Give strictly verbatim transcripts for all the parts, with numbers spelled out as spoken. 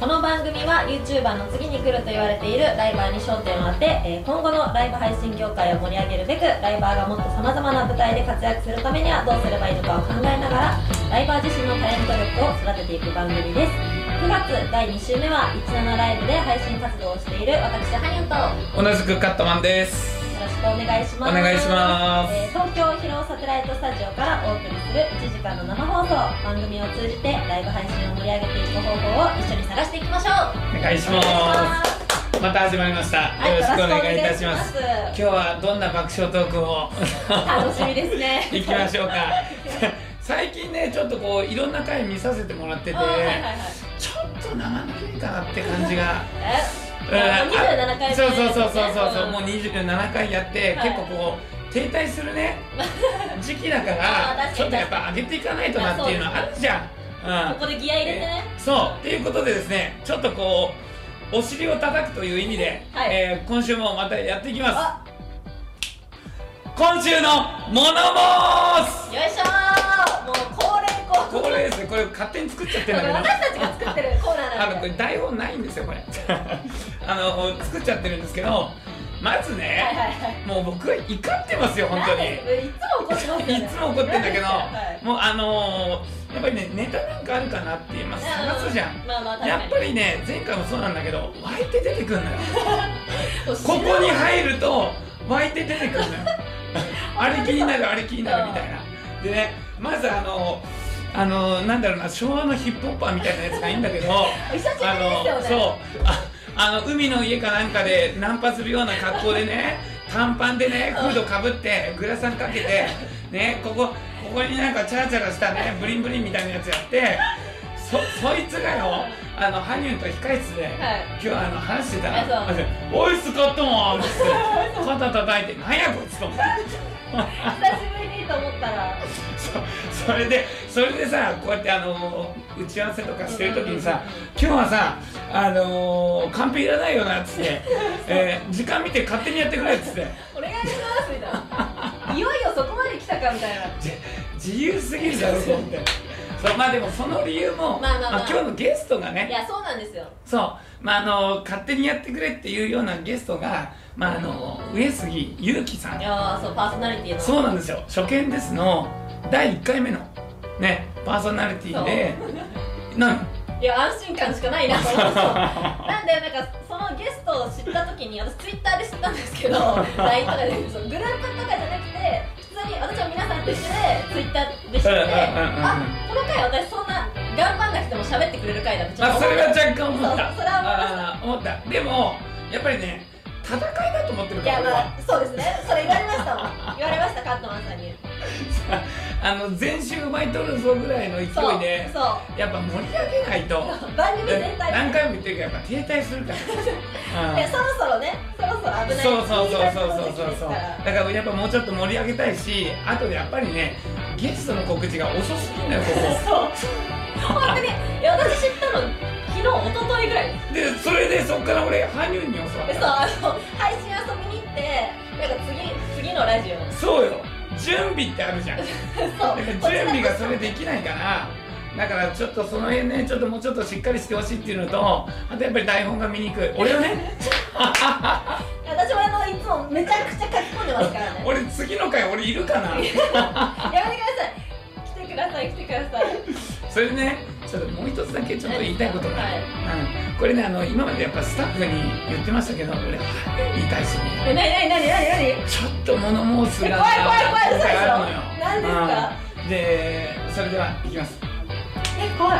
この番組は YouTuber の次に来ると言われているライバーに焦点を当て、えー今後のライブ配信業界を盛り上げるべく、ライバーがもっとさまざまな舞台で活躍するためにはどうすればいいのかを考えながら、ライバー自身のタレント力を育てていく番組です。くがつだいに週目はじゅうななライブで配信活動をしている私ハニュンと、よ同じくカットマンです。 ろしくお願いします。 お願いします。 えー東京広尾サテライトスタジオからお送りするいちじかんの生放送、番組を通じてライブ配信を盛り上げていく方法を一緒に探していきましょう。 お願いします。また始まりました。 はい、 よろしくお願いいたしよろます。 くお願いし今日はどんな爆笑トークを楽しみですね。 いきましょうか。最近ね、ちょっとこういろんな回見させてもらってて、 あーはいはいはいちょっと生ぬるいかなって感じが。 え、もうにじゅうななかいめそうそうそうそうそうそう、 んもうにじゅうななかいやって、 はい結構こう停滞するね時期だかあー確からにちょっとやっぱ上げていかないとなっていうのはあるじゃん。うん、 ここでギア入れてね。 そうっていうことでですね、ちょっとこうお尻を叩くという意味で、 はいえー今週もまたやっていきます。 あ、 今週のモノモース、 よいしょー。もう恒例コーナー。 これですね、これ勝手に作っちゃってるんだけど私たちが作ってるコーナーあなんで。 のこれ台本ないんですよこれあの作っちゃってるんですけど、まずね、 はいはいはい。 もう僕は怒ってますよ本当に。 なんでいつも怒ってますよね。 いつも怒ってんだけど、 はいもうあのー、やっぱりね、ネタなんかあるかなって、まあ、探すじゃん。 まあまあ確かに。 やっぱりね、前回もそうなんだけど、湧いて出てくるのよ。 こここに入ると、湧いて出てくるのよ。あれ気になる、あれ気になるみたいな。でね、まずあのー、あのー、なんだろうな、昭和のヒップホッパーみたいなやつがいいんだけど、 久しぶりですよね。 そうああの海の家かなんかでナンパするような格好でね、短パンでね、フードかぶってグラサンかけてね、ここここになんかチャラチャラしたねブリンブリンみたいなやつやって、そそいつがよ、あのハニュンと控室で、 はい今日あの話してたあらそう 「おいスカットマン!」って肩叩いて「なんやこいつ」と思って。 久しぶりにと思ったら。 そそれでそれでさ、こうやってあのー打ち合わせとかしてる時にさ、今日はさ、あのー、カンペいらないよなっつってえー時間見て勝手にやってくれっつってお願いしますみたいな。いよいよそこまで来たかみたいな。 じ自由すぎるだろと思ってそう、まあでもその理由も、 まあまあまあ今日のゲストがね、 いや、そうなんですよ。 そうまああの勝手にやってくれっていうようなゲストが、まああの上杉祐樹さん。 いやー、そう、パーソナリティの。 そうなんですよ、初見ですのだいいっかいめのねパーソナリティでなんいや、安心感しかないなと思って。なんで、なんかそのゲストを知った時に、私ツイッターで知ったんですけどライン とかで、そのグループとかじゃなくて、普通に私は皆さんと一緒でツイッターで知って、あ、この回私そんな頑張んなくても喋ってくれる回だってちょっあ、 と思った。 それは若干思った。 そうそれは思いましたあー思った。でもやっぱりね、戦いだと思ってるいや、 から俺はまあそうですね、それ言われましたもん。言われました、カットマンさんに。 あの全周奪い取るぞぐらいの勢いそうでそうやっぱ盛り上げないと番組全体何回も言ってるけどやっぱ停滞するからで、そろそろね、そろそろ危ない。 そうそうそうそうそうそうそうう。 だからやっぱもうちょっと盛り上げたいし、あとでやっぱりねゲストの告知が遅すぎんだよこそう。本当に、いや、私知ったの昨日、一昨日ぐらいです。 こでそれでそっから俺ハニュンに教わっで、そう、 た。 あの配信遊びに行って、なんか次次のラジオ。 そうよ、準備ってあるじゃん。 そう。 だから準備がそれできないから、だからちょっとその辺ね、ちょっともうちょっとしっかりしてほしいっていうのと、あとやっぱり台本が見にくい。俺はね私もあのいつもめちゃくちゃ書き込んでますからね。 俺次の回俺いるかなやめてください。来てください、来てください。 それでね、ちょっともう一つだけちょっと言いたいことがある、 はいうん、これね、あの今までやっぱスタッフに言ってましたけど、俺言いたいしね、 え、なになになになになに。 ちょっと物申すがえ怖い怖い怖い今回あるのよ。 何ですか。 うんで、それではいきます。 え、怖い。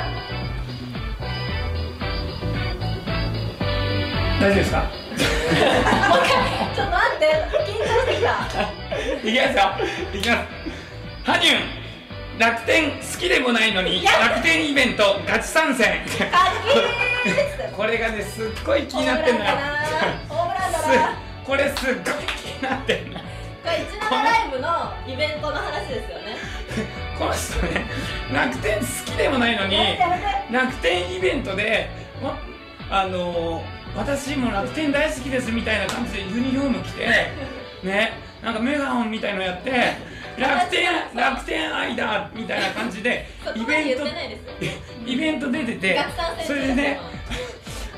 大丈夫ですか？ もう一回、ちょっと待って、緊張してきた。 いきますよ、いきます。ハニュン、楽天好きでもないのに楽天イベントガチ参戦。 かっけー。 これがね、すっごい気になってんのよ。 ホームランだな。 すこれすっごい気になってんの。 これじゅうななライブのイベントの話ですよね。 この人ね、楽天好きでもないのにやめてやめて。 楽天イベントで、ま、あのー、私も楽天大好きですみたいな感じでユニフォーム着てね、なんかメガホンみたいのやって楽天楽天愛だみたいな感じでイベントイベント出てて、それでね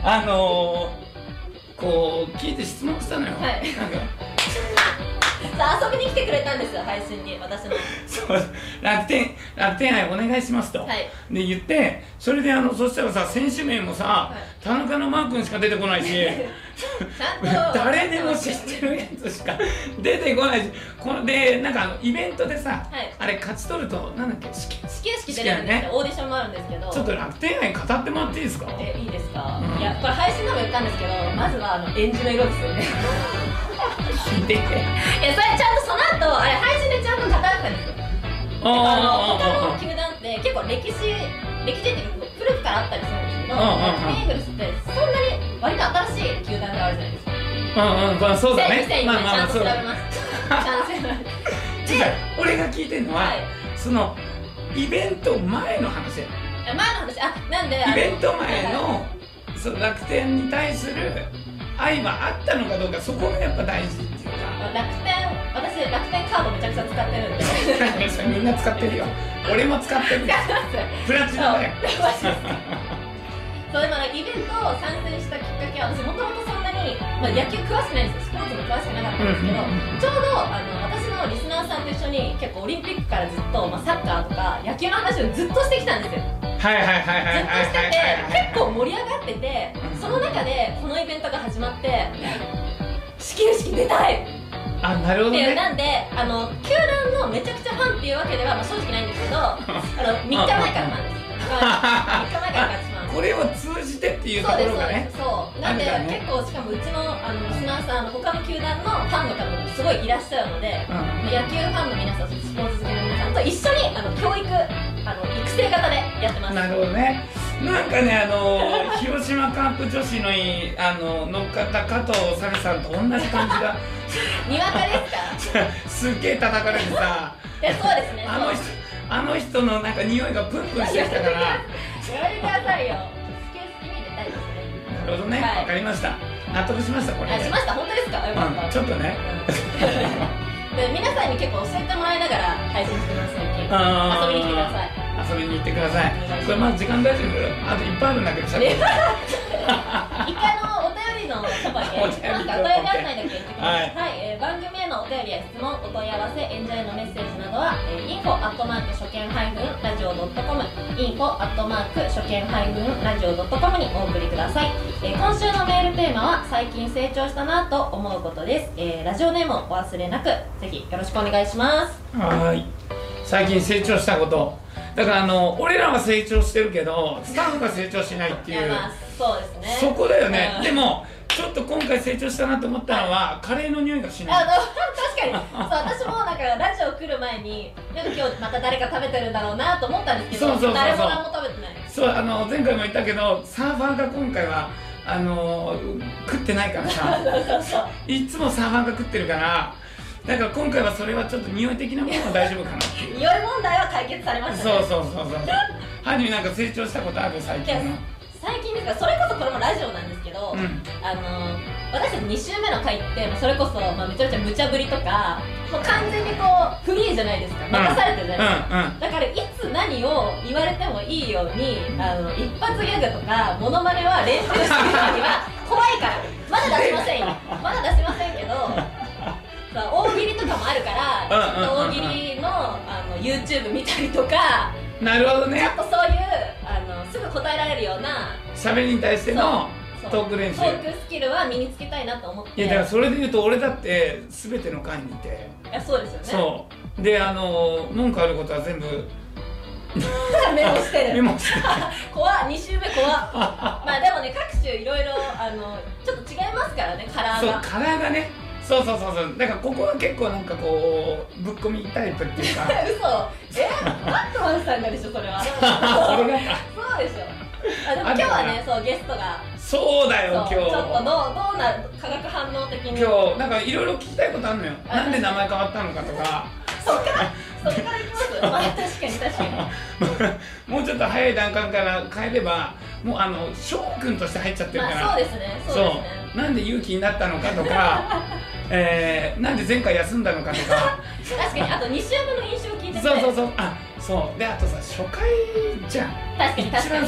あのー、こう聞いて質問したのよ、 はい、 なんかさあ遊びに来てくれたんですよ、配信に、私の。 そう、楽天楽天愛お願いしますと、 はい、 で言って、それであのそしたらさ、選手名もさ、はい、田中のマー君しか出てこないし誰でも知ってるやつしか出てこないし、このでなんかあのイベントでさ、はい、あれ勝ち取るとなんだっけ、始球始球式出れるんですよ、ね、オーディションもあるんですけど、 ちょっと楽天愛語ってもらっていいですか。 え、いいですか、うん、いやこれ配信でも言ったんですけど、まずはあのエンジの色ですよねひでえ。 いや、それちゃんとその後あれ配信でちゃんと語ってたんですよ。あの他の球団って結構歴史歴史って古くからあったりするんですけど、楽天イーグルスってそんなに割と新しい球団であるじゃないですか。 うんうん、まあそうだね。 にせんよねんちゃんと調べました。 俺が聞いてるのは、そのイベント前の話や。 前の話、あ、なんでイベント前のその楽天に対する愛はあったのかどうか、そこがやっぱ大事っていうか。 楽天、私楽天カードめちゃくちゃ使ってるんでそれみんな使ってるよ。俺も使ってるよ。プラチナだよ。 そう、でもなんかイベントを参戦したきっかけは、私もともとそんなに、まあ、野球詳しくないんですよ、スポーツも詳しくなかったんですけど、ちょうどあの私のリスナーさんと一緒に結構オリンピックからずっと、まあ、サッカーとか野球の話をずっとしてきたんですよ。 はいはいはいはいはい。 ずっとしてて、結構盛り上がってて、その中でこのイベントが始まって、始球式出たいあ、なるほどね。 なんで、あの球団のめちゃくちゃファンっていうわけでは、まあ、正直ないんですけど、あのみっかまえからなんです。みっかまえから勝ちます。 これを通じてっていうところがね。 そうなんで、ね、結構しかもうちのあのリスナーさん、他の球団のファンの方もすごいいらっしゃるので、うん、野球ファンの皆さん、スポーツ好きの皆さんと一緒にあの教育、あの育成型でやってます。 なるほどね。なんかね、あの広島カープ女子のあの乗っかった加藤紗美さんと同じ感じがにわかですかすっげえ叩かれてさいや、そうですね、 あの人あの人のなんか匂いがプンプンしてきたからやめてくださいよ。スケースに出たいですね。 なるほどね、わ、はい、かりました。納得しました、これ。 あ、しました、本当ですか。よかった、 うん、ちょっとねで皆さんに結構教えてもらいながら配信してます、最近。遊びに来てください。 遊びに行ってください。これまず時間大丈夫？あといっぱいあるんだけど、しゃべって。 一回のお便りのとこだけ、なんかお問い合わせないだけ言ってください。はい、はい、えー、番組へのお便りや質問、お問い合わせ、演者へのメッセージなどは、えー、インフォアットマーク初見ハイフンラジオドットコム、インフォアットマーク初見ハイフンラジオドットコムにお送りください。えー、今週のメールテーマは最近成長したなと思うことです。えー、ラジオネームをお忘れなく、ぜひよろしくお願いします。 はい。最近成長したこと。だからあの俺らは成長してるけどスタッフが成長しないっていう。 いや、まあ、そうですね。 そこだよね。うん、でもちょっと今回成長したなと思ったのは、はい、カレーの匂いがしない。 あの確かにそう、私もなんかラジオ来る前になんか今日また誰か食べてるんだろうなと思ったんですけど、 そうそうそうそう、 誰も何も食べてない。 そう、あの前回も言ったけどサーファーが今回はあの食ってないからさいつもサーファーが食ってるから、だから今回はそれはちょっと匂い的なものは大丈夫かなっていう匂い問題は解決されましたね。 そうそうそうそうハニーなんか成長したことある？最近の。 最近ですか。それこそこれもラジオなんですけど、うん、あの私たちに週目の回ってそれこそ、まあ、めちゃめちゃ無茶ぶりとかもう完全にこうフリーじゃないですか、任されてるじゃないですか、うんうんうん、だからいつ何を言われてもいいようにあの一発ギャグとかモノマネは練習してるのには怖いからまだ出しませんよまだ出しませんけど大喜利とかもあるから、ちょっと大喜利の、あの YouTube 見たりとか、 なるほどね、 ちょっとそういうあのすぐ答えられるような喋りに対してのトーク練習、 トークスキルは身につけたいなと思って。 いやだからそれで言うと俺だって全ての回にいて、 いやそうですよね。 そうで、あの文句あることは全部メモしてるメモしてる怖っ、に週目怖っまあでもね、各種いろいろあのちょっと違いますからね、カラーが。 そう、カラーがね、そうそうそうそう、だからここは結構なんかこうぶっ込みタイプっていうか嘘、え、バットマンさんがでしょそれはそれがそうでしょ。あ、でも今日はね、そうゲストがそうだよ、今日ちょっとどうどうなる化学反応的に今日なんかいろいろ聞きたいことあるのよ。なんで名前変わったのかとかそっからそっからいきます。まあ確かに確かにもうちょっと早い段階から変えればもうあの翔くんとして入っちゃってるから、 まあ、そうですね、そうですね。 そうなんで勇気になったのかとかえー、なんで前回休んだのかとか確かに、あとに週目の印象を聞いてて、 そうそうそう、あ、そうで、あとさ、初回じゃん。 確かに確かに一番さ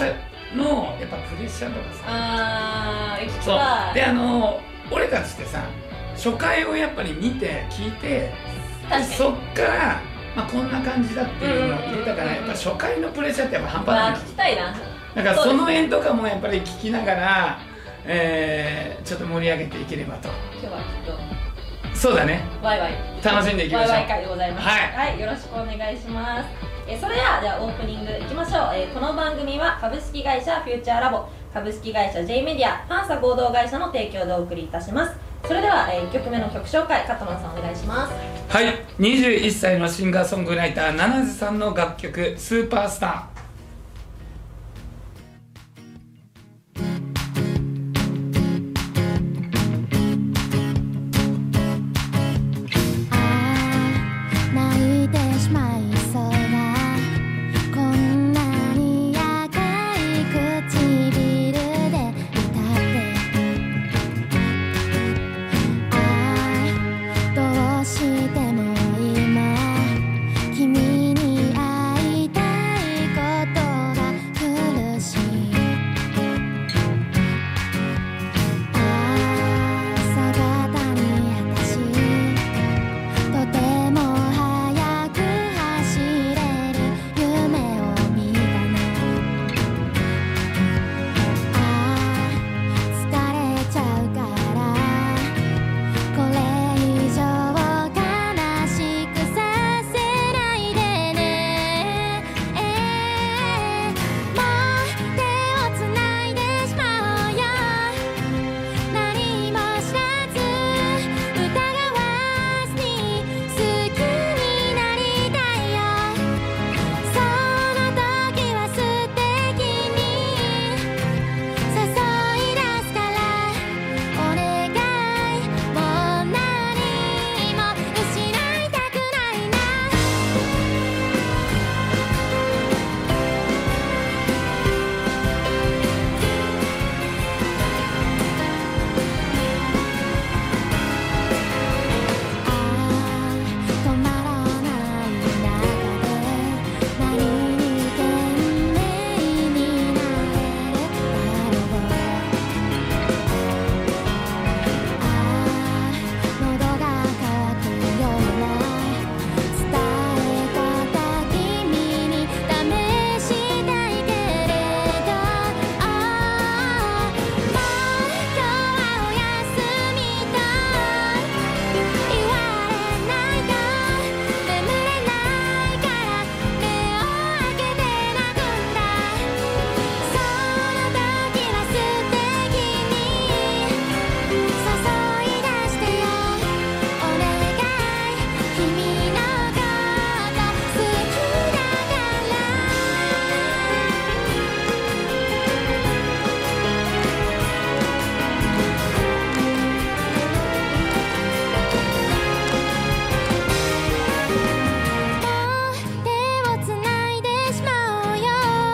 のやっぱプレッシャーとかさ、 あー、聞きそうたい。 で、あの俺たちってさ初回をやっぱり見て聞いて、 確かにそっからまあこんな感じだっていうのを入れたから、やっぱ初回のプレッシャーってやっぱ半端ないあー、聞きたいな。 だからそのそうです辺とかもやっぱり聞きながら、えー、ちょっと盛り上げていければと。 今日はきっとそうだね、 ワイワイ楽しんでいきましょう。 ワイワイ会でございます。 はいはい、よろしくお願いします。えーそれではじゃあオープニングいきましょう。えーこの番組は株式会社フューチャーラボ、株式会社 J メディア、ファンサ合同会社の提供でお送りいたします。それでは、えー、いっきょくめの曲紹介、カットマンさんお願いします。 はい、にじゅういっさいのシンガーソングライターナナズさんの楽曲「スーパースター」。 泣いてしまいそうなこんなに赤い唇で歌ってああどうしても今君に会いたいことが苦しい朝方に私とても速く走れる夢を見たのああ疲れちゃうからこれ以上悲しくさせないでねもう手をつないでしまおうよ何も知らず疑わずに好きになりたいよその時は素敵に誘い出すからお願いもう何も失いたくないなああ止まらない中で何に懸命になれるだろうああ喉が渇くような伝え方君に試したいけれどああもう今日はおやすみと言われないと眠れないから目を開けて泣くんだその時は素敵に誘い出してよお願い君のこと好きだからもう手をつないでしまおうよ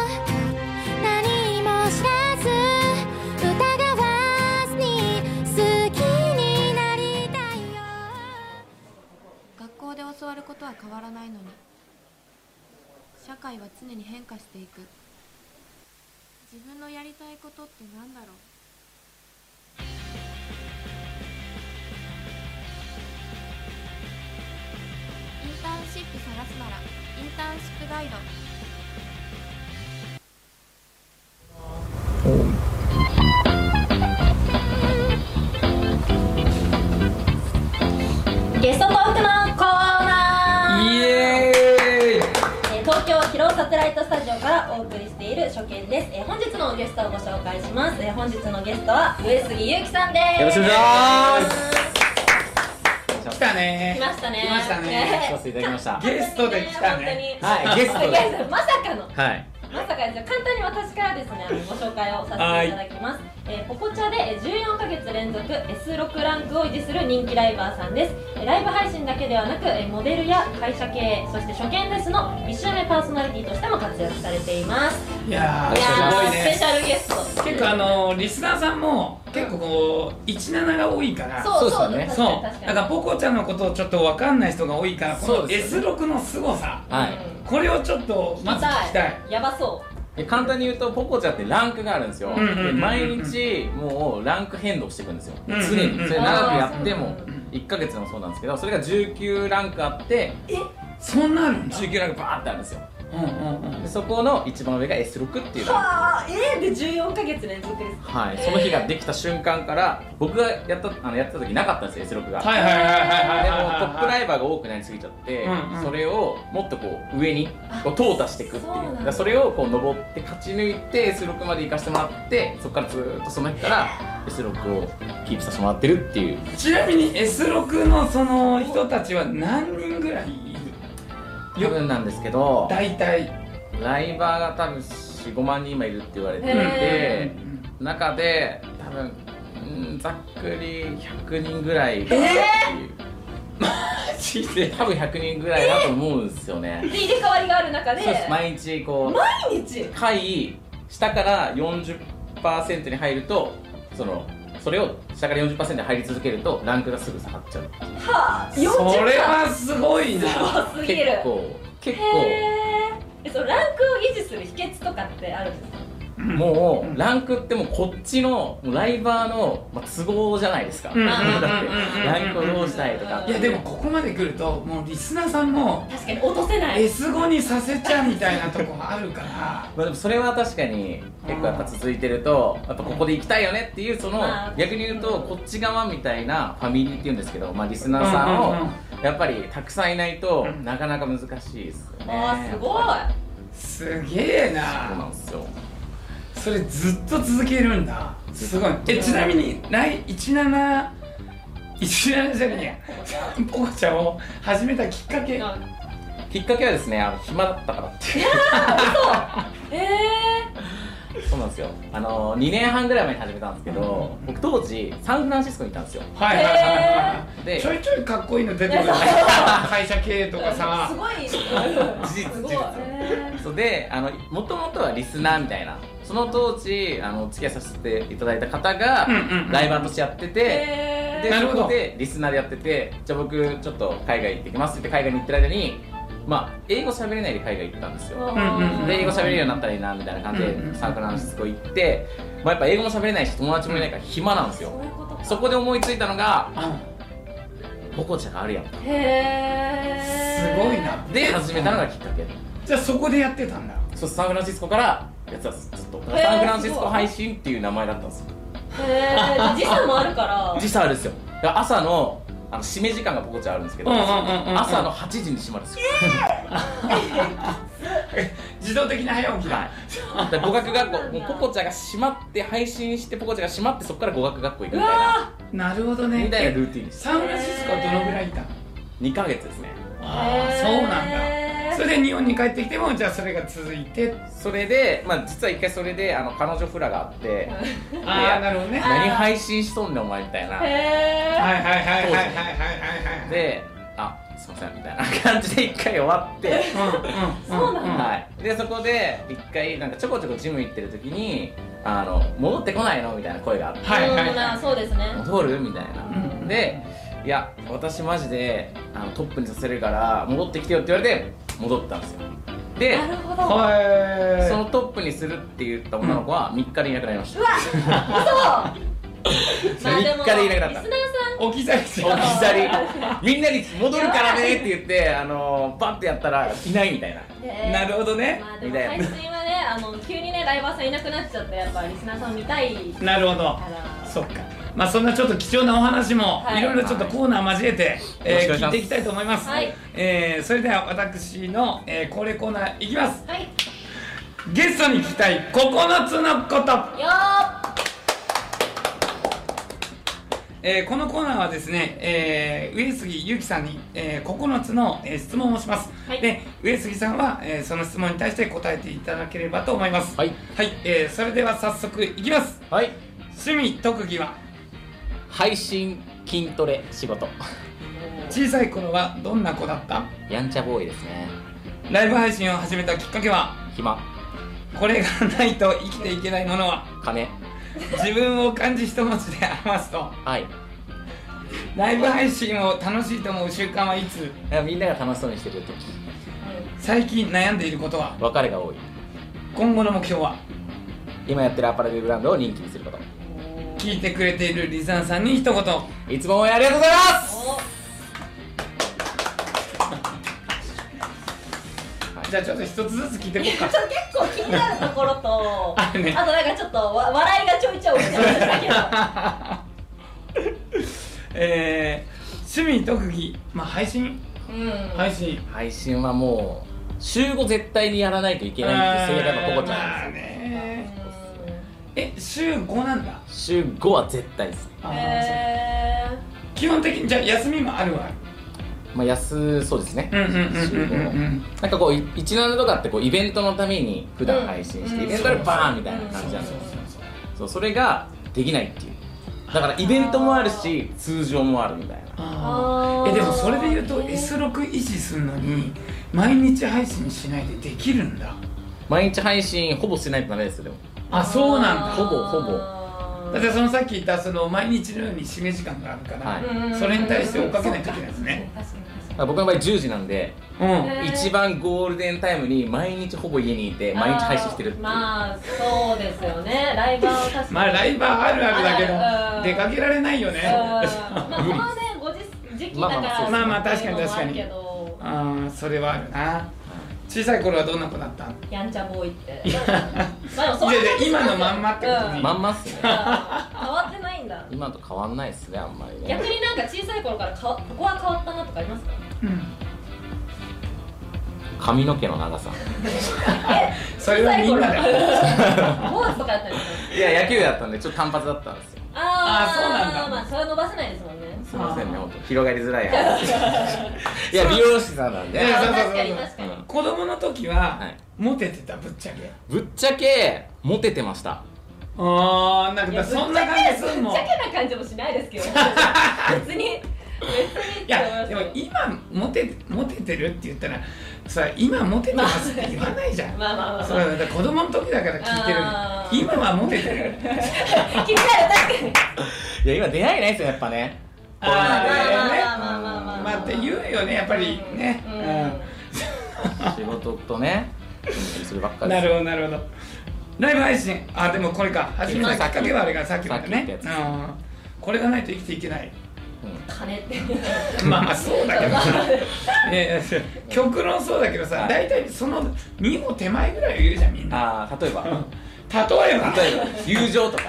何も知らず疑わずに好きになりたいよ学校で教わることは変わらないのに社会は常に変化していく自分のやりたいことって何だろうインターンシップ探すならインターンシップガイドゲストトークのコーナーイエーイ。 えー東京広尾サテライトスタジオからお送りしている初見です。えー本日のゲストをご紹介します。えー本日のゲストは上杉ゆうきさんです。 よろしくお願いします。 来たね来ましたね。 来ましたねさせていただきました。 ゲストで来たねはい、ゲストで。 ゲストまさかのはい。 まさかですよ。簡単に私からですね、あのご紹介をさせていただきます。えーポコチャでえーじゅうよんかげつ連続 エスろく ランクを維持する人気ライバーさんです。えーライブ配信だけではなく、えーモデルや会社経営、そして初見ですのいっ週目パーソナリティとしても活躍されています。 いやーいやすごいー、スペシね。 ャルゲスト。 結構あのリスナーさんも結構こうじゅうななが多いから、 そうそうそうですよね確かに確かに。 そうだからポコちゃんのことをちょっと分かんない人が多いから、この エスそうですよねろく の凄さ、 はい。 これをちょっとまず聞きたい。 やばそう。 で簡単に言うとポコチャってランクがあるんですよ、 うんうんうんうんで毎日もうランク変動していくんですよ、 うんうんうん常にそれ長くやってもあーいっかげつでもそうなんですけど、それがじゅうきゅうランクあってそんなあるんだ。 じゅうきゅうランクバーってあるんですよ。 うんうんうんでそこの一番上が エスろく っていうランク。 はあえー、でじゅうよんかげつ連続ですか。 はい、その日ができた瞬間から僕がやったあのやってた時なかったんですよ エスろく が、 はいはいはいはいはいはいでもトップライバーが多くなりすぎちゃって、 うんうんそれをもっとこう上にこう淘汰していくっていうそうなんだだからそれをこう登って勝ち抜いて エスろく まで行かせてもらってそこからずーっとその日から エスろく をキープさせてもらってるっていう。 ちなみに エスろく のその人たちは何人ぐらいいる？ 多分なんですけど大体。 ライバーが多分よん、ごまんにん今いるって言われていへて中で多分うんざっくりひゃくにんぐらいっていう、 マジで。 多分ひゃくにんぐらいだと思うんですよね、 で入れ替わりがある中でそうです毎日こう毎日回下から よんじゅっパーセント に入るとそのそれを下から よんじゅっパーセント に入り続けるとランクがすぐ下がっちゃうっていうはあそれはすごいな。 すごすぎる結構結構へーえそのランクを維持する秘訣とかってあるんですか。 もうランクってもうこっちのもうライバーの、まあ、都合じゃないですか、 うんだってうんうんうんランクをどうしたいとかいやでもここまで来るともうリスナーさんも確かに落とせないエスご にさせちゃうみたいなとこあるから。 まあ、でもそれは確かに結構やっぱ続いてるとやっぱここで行きたいよねっていうそのまあ逆に言うとこっち側みたいなファミリーっていうんですけど、まあ、リスナーさんをうんうんうんやっぱりたくさんいないとうんなかなか難しいですよね。 あーすごいすげえそうなんな。 ですよ。 それずっと続けるんだ。すごい。えちなみに来いちなな いちななじゃねえやポコちゃんを始めたきっかけ。 きっかけはですねあの暇だったからっていうえそうなんですよ。あのにねんはんぐらい前に始めたんですけど僕当時サンフランシスコにいたんですよ。 はいはいはいはでい。ちょいちょいかっこいいの出てくるね。会社経営とかー、 さす。ごい事実すごい事実えそうであのもともとはリスナーみたいなその当時あのお付き合いさせていただいた方がうんうんうんライバーとしてやってて、 えでなるほどそこでリスナーでやっててじゃあ僕ちょっと海外行ってきますって言って海外に行ってる間にまあ英語喋れないで海外行ったんですよ。 うんうんうんで英語喋れるようになったらいいなみたいな感じでうんうんサンフランシスコ行って、まあ、やっぱ英語も喋れないし友達もいないから暇なんですよ。 そういうことかそこで思いついたのがうポコチャがあるやんへえすごいな。 で始めたのがきっかけ。 じゃあそこでやってたんだ。 そうサンフランシスコからやってたんですずっとへーサンフランシスコ配信っていう名前だったんですよ。 へえ時差もあるから時差あるんですよ。だから朝のあの閉め時間がポコチャあるんですけど、 うんうんうんうんうん朝のはちじに閉まるんですよ。 自動的な早起きだ。 はい、で語学学校もうポコチャが閉まって配信してポコチャが閉まってそこから語学学校行くうみたいなわなるほどね。 みたいなルーティンです。 サンフランシスコはどのぐらいいたの？ にかげつですね。 ああそうなんだ。それで日本に帰ってきてもじゃあそれが続いて。 それでまあ実は一回それであの彼女フラがあってああなるほどね。はい何配信しとんねんお前みたいなーへはいはいはいはいはいはいはい。 であすいませんみたいな感じで一回終わってうんうんそうなんだはい、でそこで一回なんかちょこちょこジム行ってる時にあの戻ってこないのみたいな声があってえはいはいうんなそうですね戻るみたいな、 うんでいや私マジであのトップにさせるから戻ってきてよって言われて戻ったんですよ。でなるほどはい。 そのトップにするって言った女の子はみっかでいなくなりました。 まあでもみっかでいなくなったリスナーさん置き去りして置き去りみんなに戻るからねって言ってあのバンってやったらいないみたいな。 でなるほどね。 まあでも配信はねあの急にねライバーさんいなくなっちゃってやっぱリスナーさん見たいかなるほど。 らそっか。まあそんなちょっと貴重なお話もはいいろいろちょっとコーナー交えて、えーよろしくお願いします聞いていきたいと思います。 はいえーそれでは私の、えー恒例コーナーいきます。 はいゲストに聞きたいここのつのこと。 よーえーこのコーナーはですね、えー上杉ゆうきさんに、えーここのつの、えー質問をします、 はいで上杉さんは、えーその質問に対して答えていただければと思いますはいはい、えーそれでは早速いきます。 はい趣味特技は？ 配信筋トレ仕事小さい頃はどんな子だった？ やんちゃボーイですね。 ライブ配信を始めたきっかけは？ 暇これがないと生きていけないものは？ 金自分を漢字一文字で表すとはいライブ配信を楽しいと思う習慣はいつ？ みんなが楽しそうにしてる時最近悩んでいることは？ 別れが多い今後の目標は？ 今やってるアパレルブランドを人気にすること。 聞いてくれているリスナーさんに一言。 いつも応援ありがとうございますおじゃあちょっと一つずつ聞いていこうか。 ちょっと結構気になるところとあるねあとなんかちょっとわ笑いがちょいちょい起きてましたけどえー、趣味特技、まあ配信うん配信配信はもう週ご絶対にやらないといけないっていう制度がここちゃまあんですよ。 ねえ、週ごなんだ。 週ごは絶対ですね。 あーへ基本的にじゃあ休みもあるわ。 まあ安そうですね。 うんうんうんうんうん週ごなんかこういちななとかってこうイベントのために普段配信して、 うんイベントでバーンみたいな感じなんですよ。そうそれができないっていう。だからイベントもあるし通常もあるみたいな。 あーえでもそれで言うと エスろく 維持するのに毎日配信しないでできるんだ。 毎日配信ほぼしてないとダメですよでも。 あ、そうなんだ。 ほぼほぼだってそのさっき言ったその毎日のように締め時間があるから、 はいそれに対して追っかけないといけないですね。 確かに確かまあ僕の場合じゅうじなんでうんへー一番ゴールデンタイムに毎日ほぼ家にいてに毎日配信してるっていう。 まあそうですよねライバーは確かにまあライバーあるあるだけうんど出かけられないよね。 うんまあこのねご時時期だからまあまあまあ確かに確かにっていうのもあるけどあーそれはあるな。小さい頃はどんな子だった？ やんちゃボーイっていやまあでもそんないやいや今のまんまってことうんにまんまっすね。 変わってないんだ今と変わんないっすねあんまりね。 逆になんか小さい頃からかわここは変わったなとかありますか？ うん髪の毛の長さ。 それはみんなだよ。 坊主とかだったんですか？ いや野球だったんでちょっと単発だったんですよ。 あーあーそうなんだまあそれは伸ばせないですもんねすいませんね本当広がりづらい話。いや美容師さんなんで。 いやそうそうそう確かに確かにうん子供の時ははいモテてたぶっちゃけ。 ぶっちゃけモテてました。 あーなんいやかそんな感じすんもん。 ぶっちゃけな感じもしないですけど別に別にいやでも今モテモテてるって言ったらさ今モテてますって言わないじゃん。 まあまあまあまあそうだから子供の時だから聞いてるあー今はモテてる。 気になる確かにいや今出会いないですよやっぱね。 あーまあまあねまあまあまあまあまあって言うよねやっぱりね。 うんうん仕事とねするばっかりなです。 るほどなるほど。ライブ配信あでもこれか始めたきっかけはあれがさっきのさっき言ね。 ったやつうんこれがないと生きていけない。 うん金ってまあまあそうだけどさ、えー極論そうだけどさ、 はい大体そのに歩手前ぐらいを言うじゃんみんな。 ああ例えば例えば例えば友情とか。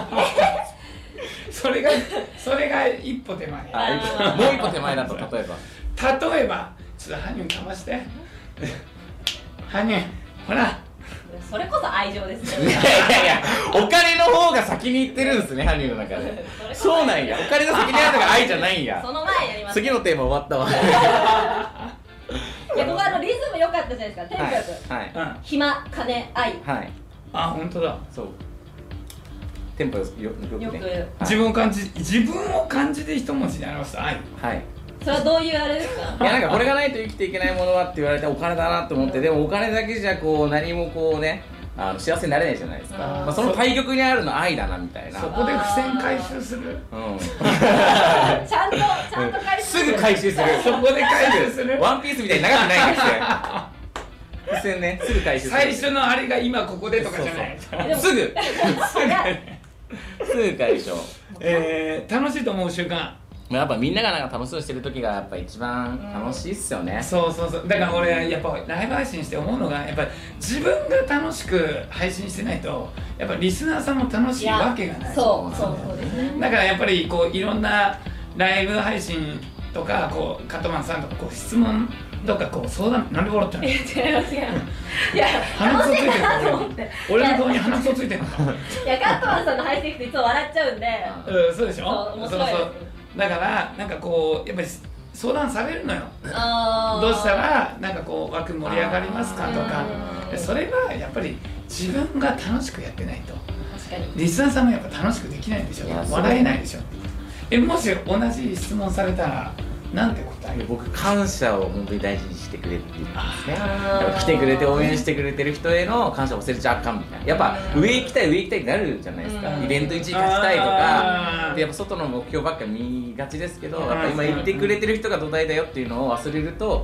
それがそれが一歩手前。 ああーもう一個手前だと例えば。 例えばちょっとハニュンかましてハニュンほらそれこそ愛情ですいねやいやいやお金の方が先に行ってるんですねハニーの中で。そうなんやお金の先にあるのが愛じゃないんや。 その前やります次のテーマ終わったわ。 いやここあのリズム良かったじゃないですかテンポよくはいうん暇金愛はいあ本当だ。 そうテンポよよよくねよくはい自分を感じ自分を感じで一文字で表した愛。 はいそれはどういうあれですか？ いやなんかこれがないと生きていけないものはって言われてお金だなと思ってでもお金だけじゃこう何もこうねあの幸せになれないじゃないですか。 あーまあ、その対極にあるのは愛だなみたいな。 そこで付箋回収する。 うんちゃんとちゃんと回収すぐ回収する。 そこで回収する。 ワンピースみたいに長くないんですよ。付箋ねすぐ回収する。 最初のあれが今ここでとかじゃない。 でもすぐすぐ解消。 えー、楽しいと思う習慣。 やっぱみんながなんか楽しそうにしてる時がやっぱ一番楽しいっすよね。 そうそうそうだから俺やっぱライブ配信して思うのがやっぱり自分が楽しく配信してないとやっぱリスナーさんも楽しいわけがない。 そうそうそうですねだからやっぱりこういろんなライブ配信とかこうカットマンさんとかこう質問とかこう相談なんで笑ってんの？ 違います違いますいや鼻くそついてる楽しいなと思って俺の顔に鼻くそついてるのか。 いやカットマンさんの配信行くといつも笑っちゃうんでうんそうでしょ。 そう面白いですそうそうだからなんかこうやっぱり相談されるのよ。 あーどうしたらなんかこう枠盛り上がりますかとかうんでそれはやっぱり自分が楽しくやってないと確かにリスナーさんもやっぱ楽しくできないでしょいや笑えないでしょ。えもし同じ質問されたらなんて答える？ 僕感謝を本当に大事にしてくれって言ってますね。 あーやっぱ来てくれて応援してくれてる人への感謝を忘れちゃあかんみたいな。やっぱうん上行きたい上行きたいってなるじゃないですか。 うんイベントいちい勝ちたいとあかーでやっぱ外の目標ばっか見がちですけど、 うんやっぱ今言ってくれてる人が土台だよっていうのを忘れると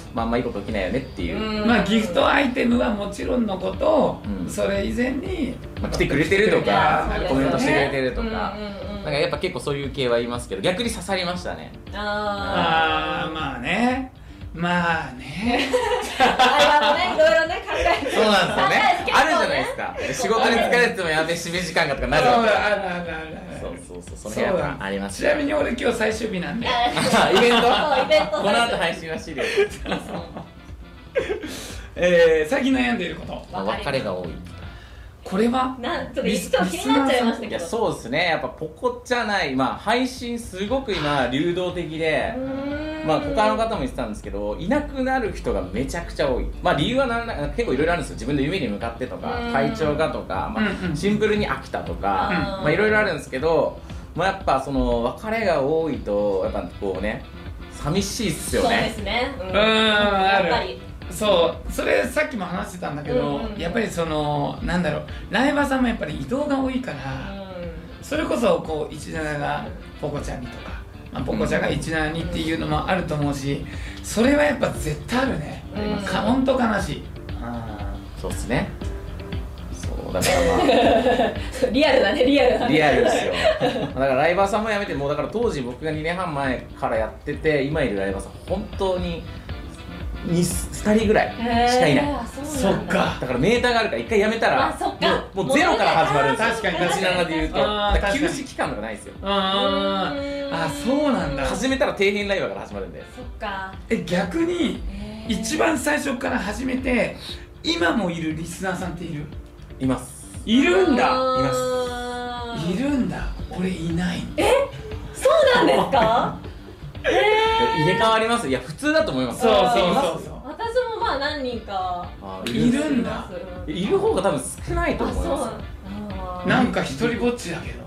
まああんまいいこと起きないよねっていう、 まあギフトアイテムはもちろんのこと、 うんそれ以前に、 まあ、来てくれてるとかいやコメントしてくれてるとうんうんか、 うんうんなんかやっぱ結構そういう系は言いますけど、逆に刺さりましたね。 あああまあねまあねああねいろいろね考えてそうなんですよね結構あるじゃないですか。仕事に疲れててもやべ締め時間がとかなるそうわけ。 あるあるあるそうそうそう、その辺やっぱありますちなみに俺今日最終日なんであイベントそうイベントこの後配信らしいですえー、最近悩んでいること別れが多い。 これはなんちょっとちょっと気になっちゃいましたいやけどそうですね、やっぱポコじゃない、まあ配信すごく今流動的で、まあ他の方も言ってたんですけど、いなくなる人がめちゃくちゃ多い。まあ理由はなんな結構いろいろあるんですよ。自分の夢に向かってとかうん体調がとか、まうんうんあシンプルに飽きたとか、 うんまあいろいろあるんですけど、まあやっぱその別れが多いとやっぱこうね寂しいっすよそうでね。 すねうんうんやっぱりそうそれさっきも話してたんだけど、 うんうんうんやっぱりそのなんだろうライバーさんもやっぱり移動が多いから、それこそこういちなながポコちゃんにとか、まあ、ポコちゃんがいちななにっていうのもあると思うし、それはやっぱ絶対あるね、 うんかほんと悲しい、あそうですね。そうだからまあ。 リアルだねリアルだねリアルですよだからライバーさんも辞めて、もうだから当時僕がにねんはん前からやってて、今いるライバーさん本当ににふたりぐらいしかいない。 へーそっかだからメーターがあるから一回辞めたらあそっかもうもうゼロから始まるんですよ。 確かに確かにいちななで言うとあーだから確かに休止期間とかないですよ。 あーあそうなんだ。 始めたら底辺ライバーから始まるんで。 そっかえ逆にへー一番最初から始めて今もいるリスナーさんっているいますいるんだういますーんいるんだ俺いないそうなんですか入れ替わります。いや普通だと思います。 そうそういますそうそう私もまあ何人かあいるんだますうんいる方が多分少ないとあそう思います。 あーなんか一人ぼっちだけど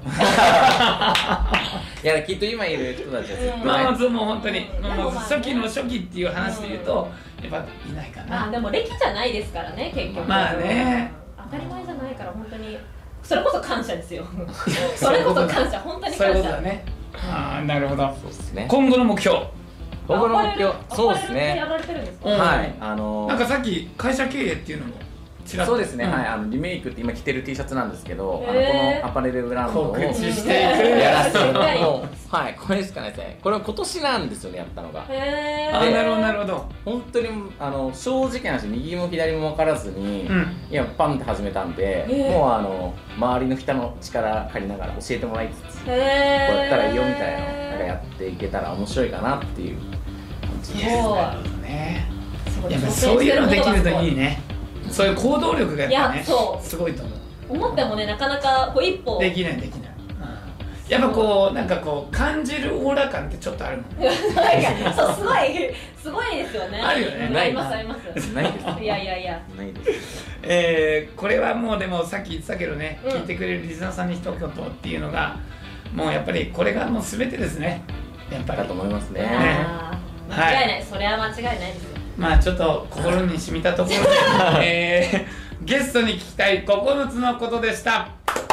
いやきっと今いる人たちは絶対まあそうもう本当にうんもうでもまあね初期の初期っていう話で言うとやっぱいないかなまあでも歴じゃないですからね結局まあね当たり前じゃないから本当にそれこそ感謝ですよそれこそ感謝本当にそういう感謝ことだねああなるほどそうですね。 今後の目標今後の目標アパレルそうですアパレルってやね。 られてるんですかうんはいあのーなんかさっき会社経営っていうのもちらっとそうですね、 んはい、あのリメイクって今着てる T シャツなんですけど、あのへーこのアパレルブランドを告や知していくらせてもはいもうはいこれしかないですね。これは今年なんですよね、やったのが。 へーあなるほどなるほど本当にあの正直な話、右も左も分からずに、 うんいやパンって始めたんで、 ーもうあの周りの人の力借りながら教えてもらいつつ、こうへーやったらいいよみたいなのなんかやっていけたら面白いかなっていう感じです。 いやなるほどねすごいやっぱそういうのできるといいねねそういう行動力がやっぱいやねそうすごいと思う思ってもねなかなかこう一歩できないできない、うん、やっぱこうなんかこう感じるオーラ感ってちょっとあるもんねなんかそうすごいすごいですよねあるよねありますありますないですいやいやいやないです。 えー、これはもうでもさっき言ってたけどね、 うん聞いてくれるリスナーさんに一言っていうのがもうやっぱりこれがもう全てですねやっぱりだと思いますね。 あー間違いない、それは間違いないですよまあちょっと心に染みたところで、えー、ゲストに聞きたいここのつのことでした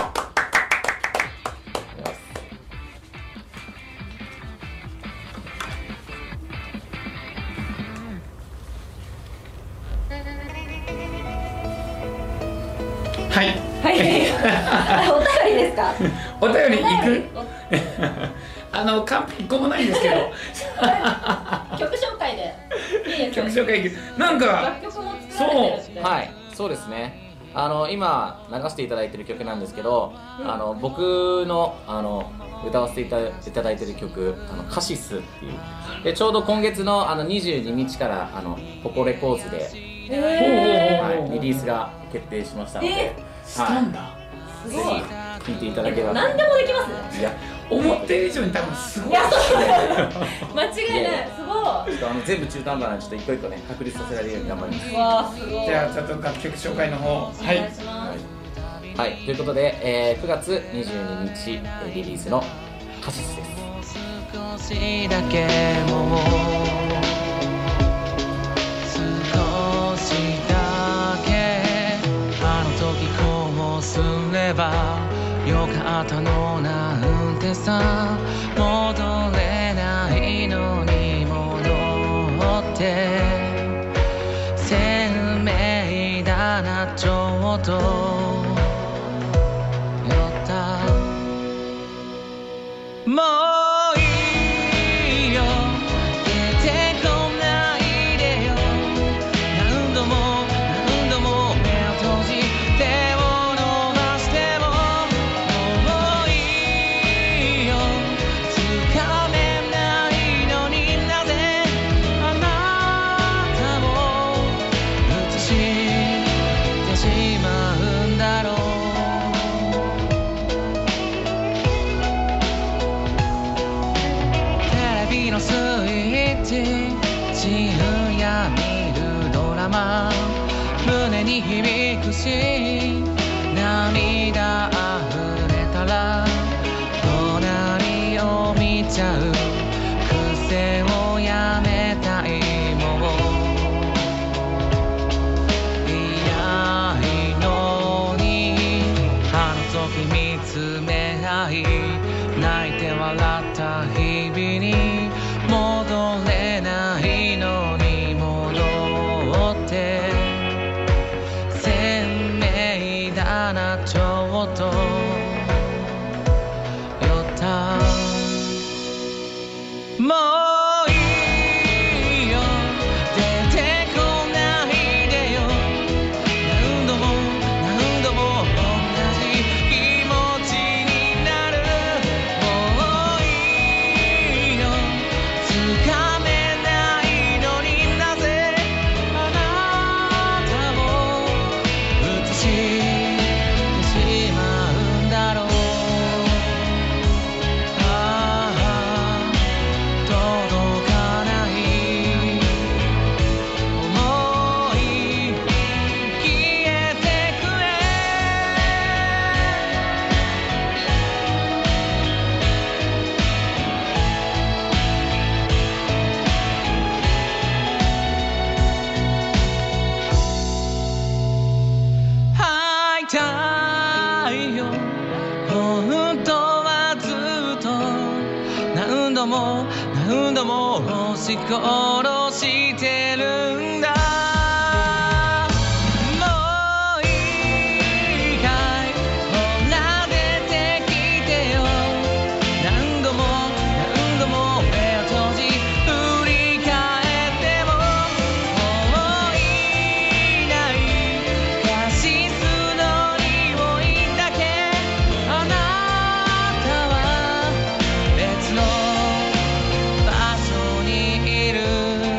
はいはいお便りですかお便り行くおあのカンペ一個もないんですけど曲紹介でいいです曲ね紹介行くなんか楽曲も作られてるってはい、そうですね。あの今流していただいてる曲なんですけど、 うんあの僕のあの歌わせていたいただいてる曲、あのカシスっていうでちょうど今月のあのにじゅうににちからあのポコレコーズで、 へーはい、リリースが決定しましたので、 えしたんだ、 ぜすごいひ聴いていただければと。 何でもできますねいや、 思ってる以上に多分すごいいやそう間違いないすごいちょっとあの全部中途半端なんでちょっと一個一個ね確立させられるように頑張ります。 うわーすごいじゃあちょっと楽曲紹介の方おはい願いしますはい、ということで、えー、くがつにじゅうににちえーリリースのカシスです。 少しだけもう少しだけあの時こうすればよかったのなんてさ戻れないのに戻ってだなちょっと酔ったもういいよ出てこないでよ何度も何度も目を閉じ手を伸ばしてももういいよつかめないのになぜあなたを映してしまうんだろうテレビのスイッチ深夜見るドラマ胸に響くし涙あふれたら隣を見ちゃう癖をやめたいもういないのにあの時見つめ合い泣いて笑った日々に戻れないのに戻って鮮明だなちょっと酔ったもういいよ出てこないでよ何度も何度も同じ気持ちになるもういいよつかめないのになぜあなたを映してしまうんだろうああ届かない想い消えてくれ会いたいよ本当はずっと何度も何度も押し殺してるんだもういいかいほら出てきてよ何度も何度も目を閉じ振り返ってももういないカシスの匂いだけあなたは別の場所にいる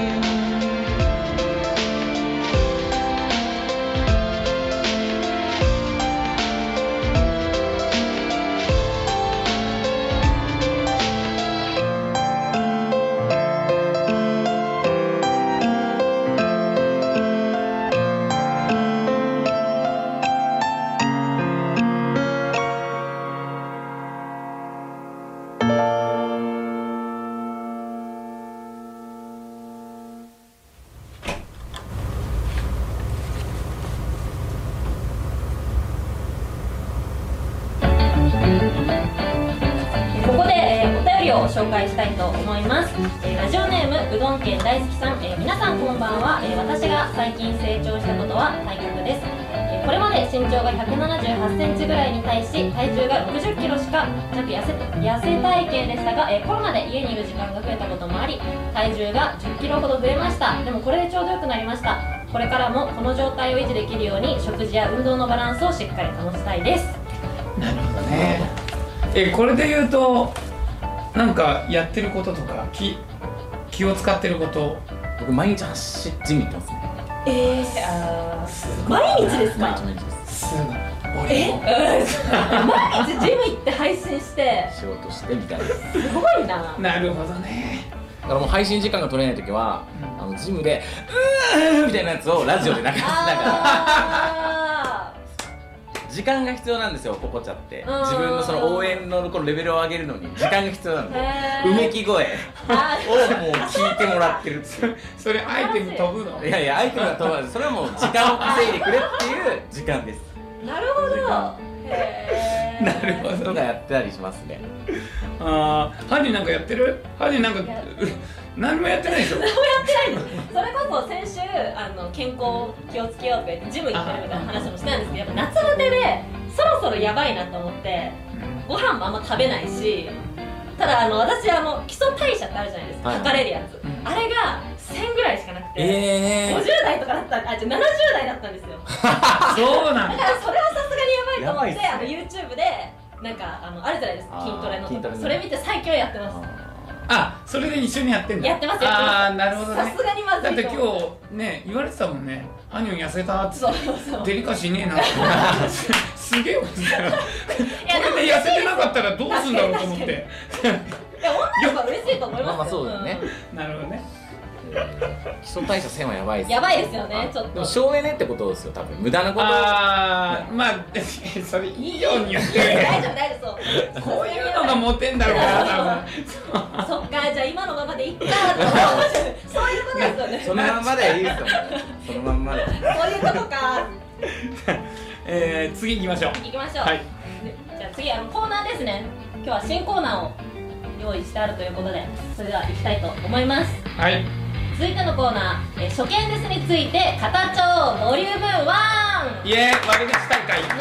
ここで、えーお便りを紹介したいと思います、えーラジオネームうどん県大好きさん、えー皆さんこんばんは、えー私が最近成長したことは体格です、えーこれまで身長がひゃくななじゅうはちセンチぐらいに対し体重がろくじゅっキロしかなく痩せ痩せ体型でしたが、えーコロナで家にいる時間が増えたこともあり体重がじゅっキロほど増えました。でもこれでちょうどよくなりました。これからもこの状態を維持できるように食事や運動のバランスをしっかり保ちたいです。 なるほどね。えこれで言うとなんかやってることとか気気を使ってること。 僕毎日走ってジム行ってますね。 えー、あー毎日ですか？ 毎日毎日ですすごい。 え俺も毎日ジム行って配信して仕事してみたいな。 すごいな。 なるほどね。 だからもう配信時間が取れないときは、あのジムでうーみたいなやつをラジオで流しながらあ時間が必要なんですよ、ポコチャってうん自分のその応援のこのレベルを上げるのに時間が必要なんで、 へーうめき声あをもう聞いてもらってるっていうそれアイテム飛ぶの？ いやいや、アイテムが問わずそれはもう時間を稼いでくれっていう時間です。 ーなるほど。へーなるほどとかやったりしますね。 あーハニーなんかやってる？ハニーなんかやう何もやってないでしょ。 何もやってないんです。それこそ先週あの健康気をつけようとか言ってジム行ってるみたいな話もしたんですけど、やっぱ夏バテでそろそろやばいなと思ってご飯もあんま食べないし、ただあの私あの基礎代謝ってあるじゃないですか、 はい、 測れるやつ、 うん、 あれがせんぐらいしかなくて、 えー、 ごじゅう代とかだったんで、あ、じゃななじゅう代だったんですよ。 そうなんだ。 だからそれはさすがにやばいと思って、 やあの YouTube でなんかあのあるじゃないですか、筋トレのとか、 筋トレね、 それ見て最強やってます。 あ、それで一緒にやってんだ。 やってますやってます。 ああ、なるほどね。 さすがにまずだっていと思う。 今日ね言われてたもんね。アニョン痩せたってそうそうそう。 デリカシーねえなってすげえ思ってたよ。こいやれで痩せてなかったらどうすんだろうと思って。 いや女の子は嬉しいと思いますよ。 まあまあそうだよね、 なるほどね。 基礎代謝せんはやばいです、 やばいですよね、ちょっと。 でも省エネってことですよ、多分無駄なことを。 ああ、まあそれいいように言ってる。 大丈夫大丈夫、そう。 こういうのがモテんだろうな、 多分。そっか、じゃあ今のままでいっかと思ってそういうことですよね。 そのまんまでいいですよね。そのまんまで。 そういうとこか。 えー、次行きましょう。 行きましょう。 はい。 じゃあ次あのコーナーですね。今日は新コーナーを用意してあるということで、それでは行きたいと思います。 はい。 続いてのコーナー、えー、初見ですについて語っちゃおうボリュームワン。 イエーイ、割り出し大会。 はい。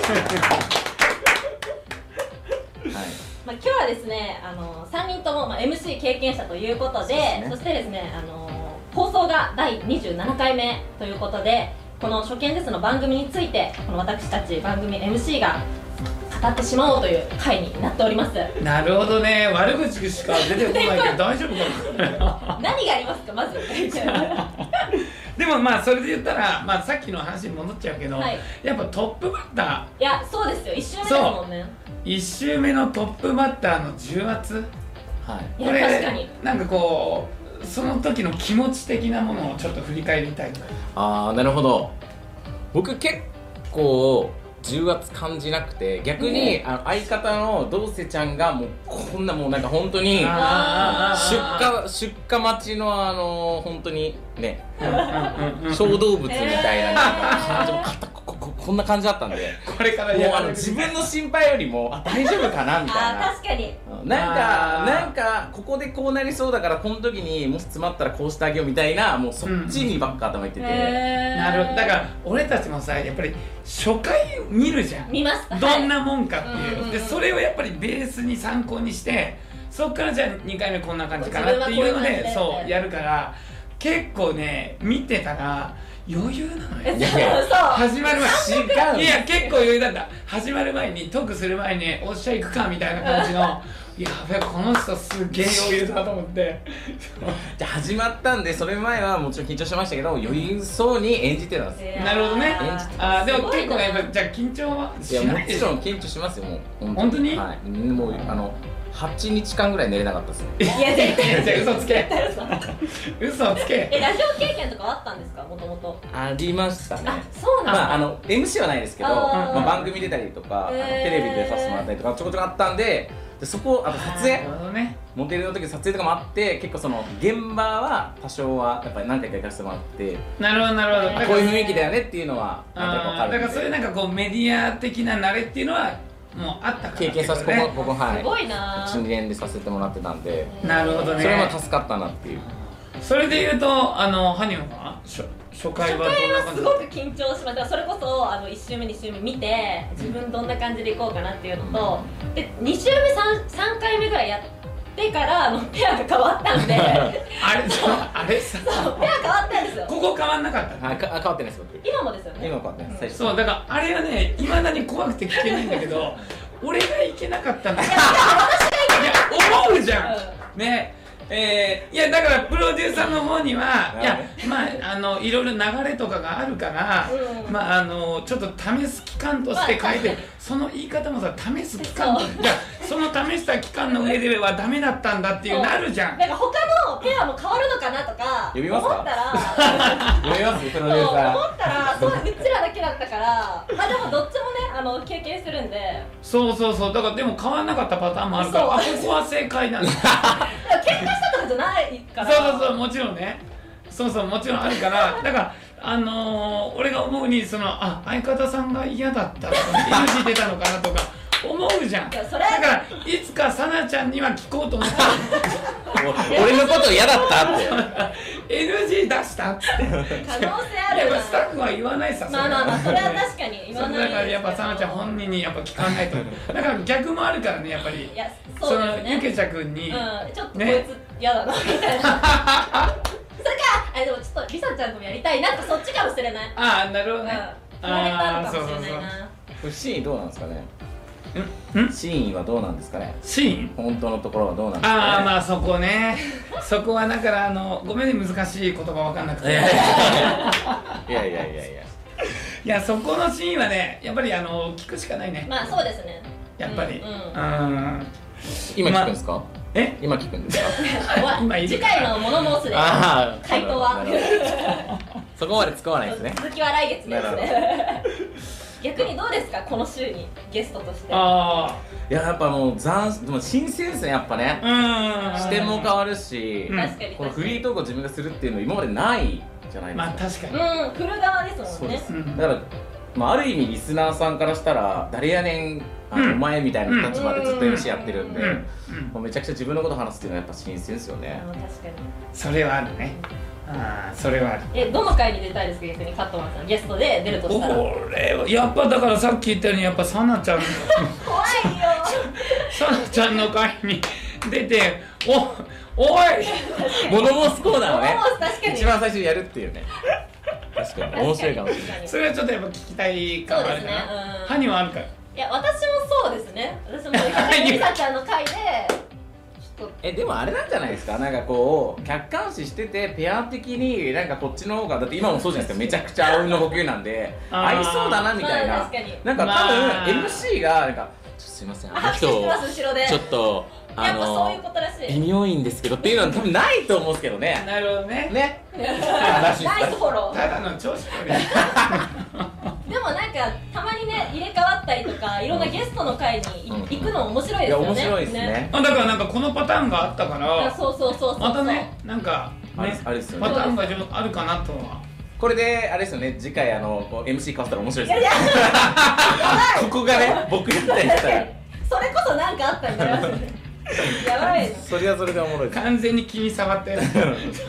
まあ、今日はですね、あのさんにんとも、まあ、エムシー 経験者ということで、 そ, ね、そしてですね、あの放送がだいにじゅうななかいめということで、この初見ですの番組についてこの私たち番組 エムシー が語ってしまおうという回になっております。 なるほどね、悪口しか出てこないけど大丈夫かな。 何がありますか、まず。 でもまあそれで言ったら、まあ、さっきの話に戻っちゃうけど、 はい、 やっぱトップバッター、 いやそうですよ、いち周目ですもんね。 いち周目のトップバッターの重圧、 はい、 いやこれ確かになんかこうその時の気持ち的なものをちょっと振り返りたいと。 ああ、なるほど。僕結構重圧感じなくて、逆に、うん、あの相方のどうせちゃんがもうこんなもうなんか本当に出荷出荷待ちのあの本当にね小動物みたいな感じも肩こここんな感じだったんで、 これからもうあの自分の心配よりもあ大丈夫かなみたいな。 あ確かになんかなんかここでこうなりそうだからこの時にもし詰まったらこうしてあげようみたいな、もうそっちにばっか頭いってて、 なるだから俺たちもさやっぱり初回見るじゃん、 見ます、 どんなもんかっていう、 はい、 でそれをやっぱりベースに参考にして、そっからじゃあにかいめこんな感じかなっていうのでそうやるから、結構ね見てたら余裕なのよ。 いやいや始まる前違う、 いや結構余裕だった。始まる前にトークする前におっしゃいくかみたいな感じのやべえこの人すげえ余裕だと思ってじゃあ始まったんで、それ前はもちろん緊張してましたけど余裕そうに演じてたんです。 なるほどね。 演じてあでも結構やっぱじゃあ緊張はいしやないでしょ。 もちろん緊張しますよ、もう本当に。 はい、もうあのはちにちかんぐらい寝れなかったですね。 いや絶対じゃあ嘘つけ嘘つけ。 えラジオ経験とかあったんですか、もともと。 ありましたね。 あそうなんだ、 まああの エムシー はないですけど、 あまあ、番組出たりとか、あのへーテレビでさせてもらったりとかちょこちょこあったんで、でそこあと撮影なるほどね。 モデルの時撮影とかもあって、結構その現場は多少はやっぱり何回か行かせてもらって、 なるほどなるほど。 あこういう雰囲気だよねっていうのはなんとなく分かるんで。 あーだからそういうなんかこうメディア的な慣れっていうのはもうあったから経験させてここここはいすごいないち、にねんでさせてもらってたんで、 なるほどね。 それは助かったなっていう。 それで言うとあのハニョンは初初回はどんな初回は感じすごく緊張しました。それこそあのいち周目に周目見て自分どんな感じでいこうかなっていうのと、でに周目 3, 3回目ぐらいやってからあのペアが変わったんであれあれさそうペア変わったんですよ。 ここ変わんなかった。 あか変わってないです僕。 今もですよね。 今変わってないです。最初そうだからあれはねいまだに怖くて聞けないんだけど俺がいけなかったんだよ。いや思うじゃんねえー、いやだからプロデューサーの方にはいやまああのいろいろ流れとかがあるから、 うん、 まああのちょっと試す期間として書いて、まあ、その言い方もさ試す期間とじゃその試した期間の上ではダメだったんだっていうなるじゃん。 なんか他のペアも変わるのかなとか呼びますか思ったら読みますプロそうデューサ思ったらそううちらだけだったからまあでもどっちもねあの経験してるんでそうそうそうだからでも変わらなかったパターンもあるからあここは正解なんだ喧嘩したとかじゃないからそうそうそうもちろんねそうそうもちろんあるからだからあのー、俺が思うにそのあ相方さんが嫌だったとか エヌジー 出たのかなとか思うじゃん。 いやそれはだからいつかさなちゃんには聞こうと思ってお俺のこと嫌だったってエヌジー 出したっつって可能性あるな。 やっぱスタッフは言わないさ。 まあまあまあそれは確かに言わないそうだからやっぱさなちゃん本人にやっぱ聞かないとだから逆もあるからね、やっぱりいやそうですね。 のゆけちゃくんに、 うん、ちょっとこいねつ嫌だなみたいなそれかあでもちょっとりさちゃんともやりたいなってそっちかもしれない。 ああなるほどね、 うん振られたのかもしれないな。 シーンどうなんですかね。 んんシーンはどうなんですかね。 シーン本当のところはどうなんですかね。 ああまあそこねそこはだからあのごめんね難しい言葉わかんなくていやいやいやいやいやいやいやそこのシーンはねやっぱりあの聞くしかないね、 まあそうですね。 やっぱりうんうんうん今聞くんですか。 え今聞くんですか。 わ今いる次回の物申すでああ回答はなるほどそこまで使わないですね。 続きは来月ですなるね逆にどうですかこの週にゲストとして。 あいややっぱもう斬でも新鮮ですね、やっぱね。 あうん視点も変わるし、 うん確かにこの確かに。 フリートークを自分がするっていうの今までないじゃないまあですか。 確かにうん、来る側ですもんね。 そうです、 うんだから、まあ、ある意味リスナーさんからしたら誰やねんあの、 うんお前みたいな立場でずっと エムシー やってるんで、 うんうんもうめちゃくちゃ自分のこと話すっていうのはやっぱ新鮮ですよね。 あの確かに。 それはあるねああそれはあるえ、どの回に出たいですか逆にカットマンさんゲストで出るとしたら。 俺はやっぱだからさっき言ったようにやっぱさなちゃん怖いよさなちゃんの会に出ておおい物申すコーナーをね物申す確かに一番最初にやるっていうね。確かに面白いかもしれない。 確かにそれはちょっとやっぱ聞きたい感はあるかそうですねなうん歯にはあるからいや、私もそうですね。私もりさちゃんの回でちょっとえでもあれなんじゃないですか。なんかこう客観視しててペア的になんかこっちの方がだって今もそうじゃないですか。めちゃくちゃ葵の呼吸なんであー合いそうだなみたいなまあ確かになんか多まあ分 エムシー がなんかちょっとすいませんあのあ、知って人ます後ろで。 ちょっとあやっぱそうのいうことらしい。 微妙いんですけどっていうのは多分ないと思うんですけどね。 なるほどねね。 ナイスフォロー。 ただの調子悪いでもなんかたまにね入れ替わったりとかいろんなゲストの回にいうん行くの面白いですよね。 いや面白いですね。 あだからなんかこのパターンがあったかあらそうそうそうそう。 またねなんかあれねあれですよね。 パターンがちょっとあるかなとはこれであれですよね。次回あのこう エムシー 変わったら面白いですいやいよね。 やここがね僕だったりしたらそれこそなんかあったんだよ。やばい。 それはそれでおもろいです。 完全に気に障ったやつおもろいです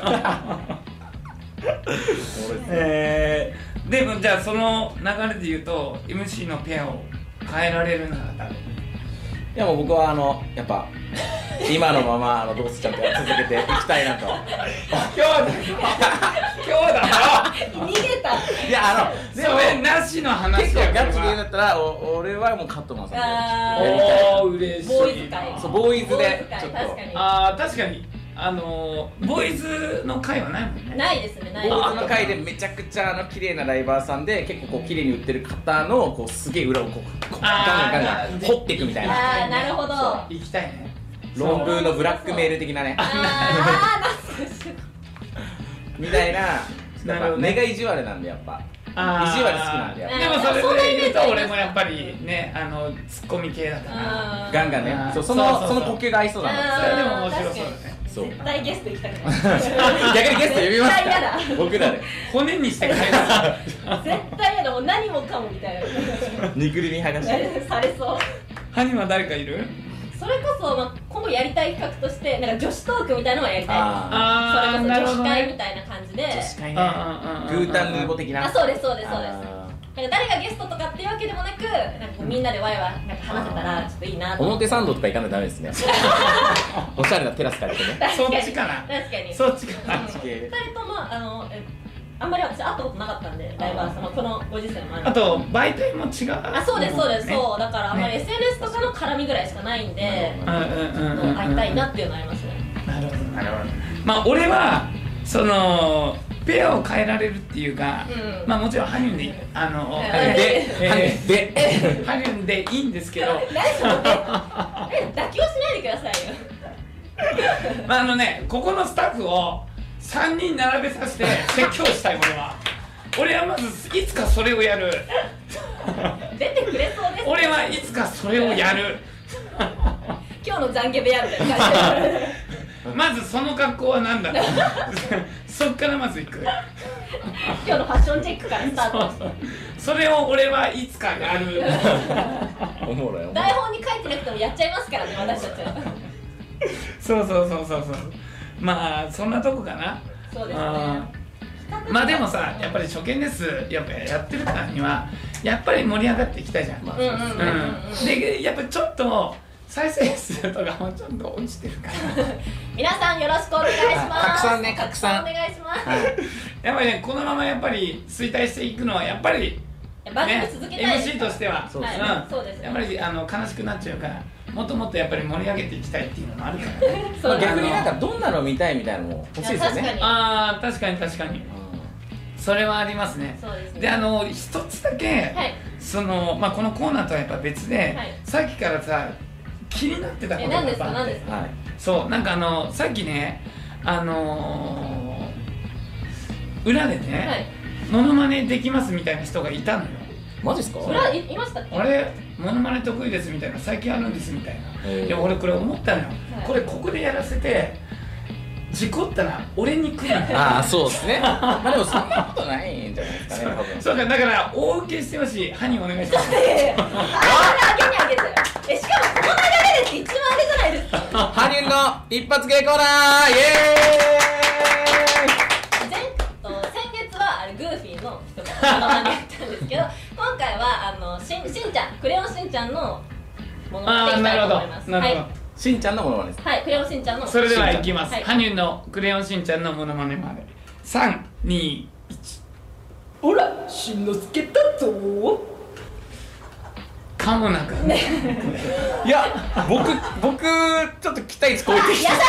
ね。 えー、でもじゃあその流れで言うと エムシー のペアを変えられるなら誰？ いやもう僕はあのやっぱ今のままあのどうすちゃんと続けていきたいなと。 今日だ今日だろ逃げた。 いやあのそでもれなしの話結だ構ガチで言うんだったらお俺はもうカットマンさんであやりたい。 おお嬉しいボーイズ会そうボーイズでボーイズ会ちょっと確かにあー確かにあのー、ボーイズの会はないもんねないですねないボですーイズの回でめちゃくちゃあの綺麗なライバーさんで結構こう綺麗に売ってる方のこうすげえ裏をこうこうガンガンガンガン掘っていくみたいなあーなるほど。あ行きたいね論文のブラックメール的なねーあー懐かしい。 みたいななるほどね根が意地悪なんでやっぱあー意地悪好きなんでやっぱでもそれで言うと俺もやっぱりねあのツッコミ系だからあーガンガンねあーそうそのそうそうそうその呼吸が合いそうなのあーそれでも面白そうだねそう絶対ゲスト行きたくない。 逆にゲスト呼びますか絶対嫌だ僕らで骨にして帰る絶対嫌だもう何もかもみたいな。 肉りみ剥がしてされそう。 歯には誰かいるそれこそ、まあ、今後やりたい企画としてなんか女子トークみたいなのはやりたいです。 ああーそれこそ女子なるほどね会みたいな感じで。 女子会ねあグータンヌーボ的なあ、そうですそうですそうです。 あなんか誰がゲストとかっていうわけでもなく、なんかこうみんなでワイワイなんか話せたらちょっといいなーと思って。 表参道とか行かないとダメですねおしゃれなテラス借りてね確かにそっちかな確かに。 そっちかなうん二人ともあのえあんまり私会ったことなかったんでライバー様このご時世もある。 あと媒体も違うあ、そうですそうです、 ねそうだからあんまりねエスエヌエス とかの絡みぐらいしかないんで、 うんうんうんうんうん会いたいなっていうのありますね。 なるほどなるほどまあ俺はそのペアを変えられるっていうか、 うんまあもちろんハニュンであのうんでえーでハニュンでいいんですけど何そのえ妥協しないでくださいよ。 まああのねここのスタッフをさんにん並べさせて説教したい俺は俺はまずいつかそれをやる出てくれそうです。 俺はいつかそれをやる今日の懺悔部屋みたいな感じで。 まずその格好は何だろうそっからまず行く今日のファッションチェックからスタート。 そうそうそれを俺はいつかやるおもろいおもろい。 台本に書いてなくてもやっちゃいますからね、私たちは。 そうそうそうそうそうまあそんなとこかな。 そうですね。 あーまあでもさやっぱり初見ですやっぱやってるからにはやっぱり盛り上がっていきたいじゃん、 まあうんうんうんうん。 うん、でやっぱちょっと再生数とかもちょっと落ちてるから皆さんよろしくお願いします。 拡散ね拡散お願いします。 はい。 やっぱりねこのままやっぱり衰退していくのはやっぱり番組続けたいです。 エムシー としてはそうですねんそうですねやっぱりあの悲しくなっちゃうからもっともっとやっぱり盛り上げていきたいっていうのもあるからねそうです逆になんかどんなの見たいみたいなのも欲しいですよね。 いや確かにああ確かに確かにそれはありますね。 そうですね。 であの一つだけ、 はい。 そのまあこのコーナーとはやっぱ別で、 はいさっきからさ気になってたことがえ何ですかあって何ですか。 はい。 そうなんかあのさっきねあのー、裏でね、 はい。 モノマネできますみたいな人がいたのよ。 マジっすか？ それはいいましたっけ。 あれモノマネ得意ですみたいな最近あるんですみたいな。 へーいや俺これ思ったのよ、 はいこれここでやらせて事故ったら俺に来るんだよああそうですね。まあでもそんなことないんじゃないですかね多分。 そうかだから大受けしてほしい歯にお願いしますああげにあげて。えしかもこの流れでって一番あれじゃないですか。 ハリウッド一発芸コーナーイエ前と先月はあれグーフィーの人がモノマネやったんですけど今回はあのしんしんちゃんクレヨンしんちゃんのモノマネああなるほどしたいと思います。 なるほど、 はいーイ。しんちゃんのものまねです。 はいクレヨンしんちゃんの。 それではいきます、 はいハニュのクレヨンしんちゃんのモノマネまでさん、に、いちほらしんのすけだぞ。 かもなくねいや僕僕ちょっと期待値超えてきた。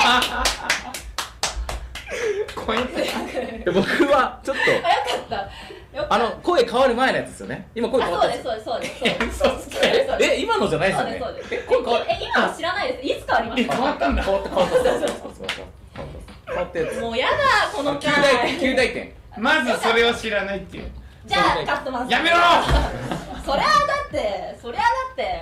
超えて僕はちょっあよかった。よかった。 とあの声変わる前のやつですよね。今声変わあったんそうですそうですそうです。 え嘘つけそうですそうですえ今のじゃないですそうよね。 ですそうです。 え声変わる。 え今は知らないです。いつ変わりまえした変わったんだ変わった変わったそうそうそうそうそう変わったやつ。 もうやだこの九回。 大点九大点。 まずそれを知らないっていうじゃあカットマンさんやめろそりゃだってそりゃだって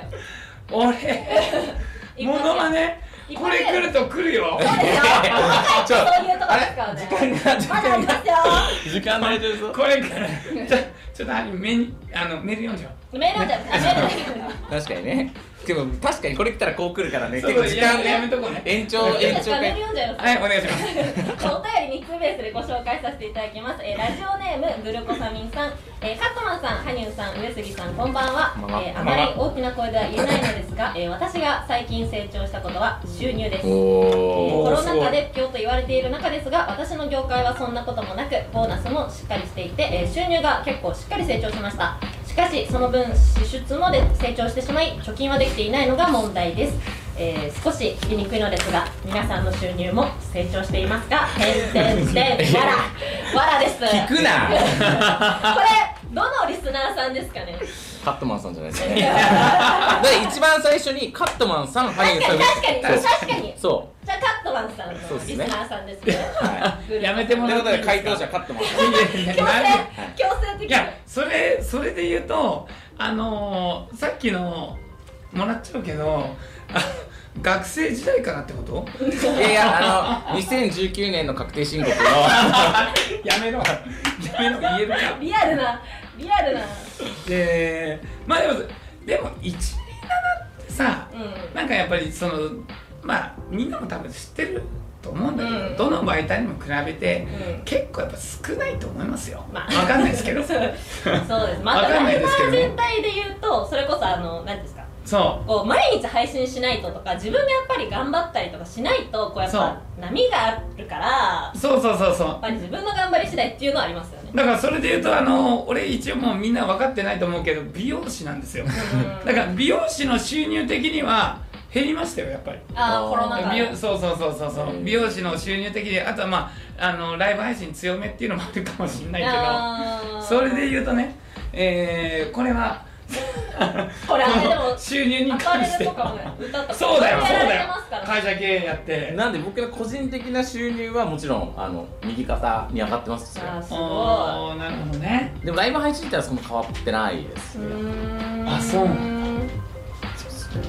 俺モノマネこれ来ると来るよそうですよちょそういうとこですからねあれ時間が時まだありますよ時間ないですぞ。 これからちょちょっとハニメにあのメール読んじゃおうメールじゃメール確かにね。でも確かにこれ来たらこう来るからね。 そう結構時間やめとこうね延長いいですかメール延長会。 読んじゃいますはいお願いしますお便りに通ベースでご紹介させていただきます、えーラジオネームグルコサミンさん、えーカットマンさん、ハニューさん、上杉さん、こんばんは、 こんばんはえーあまり大きな声では言えないのですが、えー私が最近成長したことは収入です。 おコローすごいナ禍で不況と言われている中ですが、私の業界はそんなこともなくボーナスもしっかりしていて、えー収入が結構しっかり成長しました。しかしその分支出もで成長してしまい貯金はできていないのが問題です、えー少し聞きにくいのですが皆さんの収入も成長していますか？てんてんてんわらわらです聞くな。 これどのリスナーさんですかね？ カットマンさんじゃないですかね。だって一番最初にカットマンさん、ハニーさん。 確かに確かにそう確かにそじゃあカットマンさんそうですねのリスナーさんですね。 う。はグルやめてい。ということもらっていいですかで回答者カットマンさん。 いやいや強なんで制強制的いやそれそれで言うとあのー、さっきのもらっちゃうけどあ学生時代からってこといやいやあのにせんじゅうきゅうねんの確定申告のやめろやめろ言えるかリアルなリアルなでまあでもでもいちにーななってさうんなんかやっぱりそのまあみんなも多分知ってると思うんだけど、 うんどの媒体にも比べて、 うん結構やっぱ少ないと思いますよ、 まあわかんないですけどそうそうです。まわたライバかんないですけどー全体で言うとそれこそあの何ですかそこう毎日配信しないととか自分がやっぱり頑張ったりとかしないとこうやっぱ波があるからうそうそうそうそうやっぱり自分の頑張り次第っていうのはありますよね。 だからそれで言うとあの俺一応もうみんな分かってないと思うけど美容師なんですようんだから美容師の収入的には減りましたよやっぱりああコロナ禍美容そうそうそうそうそううん美容師の収入的であとはまああのライブ配信強めっていうのもあるかもしれないあーけどそれで言うとねえー、これはこれあれでも収入にアパレ関してルとかも歌とかそうだよそうやられだよてますから会社経営やってなんで僕の個人的な収入はもちろんあの右肩に上がってますよ。 あーすごおーなるほどねでもライブ配信ってはそこも変わってないですい。うね。 ーんあそうう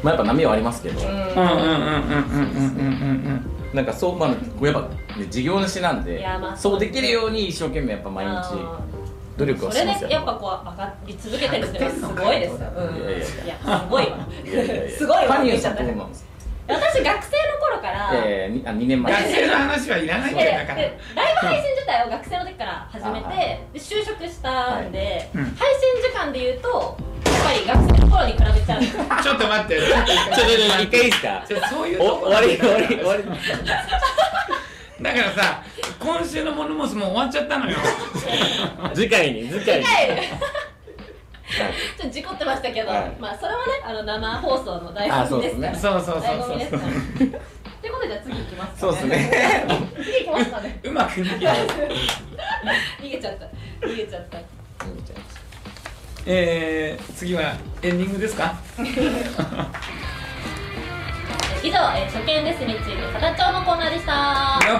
まあやっぱ波はありますけど、 うんうんうんうんうんうんうんうんなんかそうまあこうやっぱ、ね、事業主なんでいやまあそうできるように一生懸命やっぱ毎日あ努力はそれしますよ。 でやっぱこう上がり続けてるっていうのはすごいですよ、うん、 いやいやいやいやすごいわいやいやいやすごいわパニエさん言っちゃったどうなんですか？ 私学生の頃からええー、にあにねんまえ学生の話はいらないんでだよだからでライブ配信自体を学生の時から始めあはいてで就職したんで、 うん配信時間で言うとやっぱり学生の頃に比べちゃうんですよちょっと待ってちょっとちょっとちょっと一回いいですか？ ちょそういうおとこ終わり終わり終わりだからさ今週のモノモスもう終わっちゃったのよ次回に次回に帰るちょっと事故ってましたけど、 はいまあそれはねあの生放送の醍あ醐味ですからそうそうそう醍そう醐味ですからということでじゃあ次行きますかねそうですね次行きますかねうまくいけない逃げちゃった逃げちゃったえー、次はエンディングですか以上、えー初見ですについて語っちゃおうのコーナーでしたよっ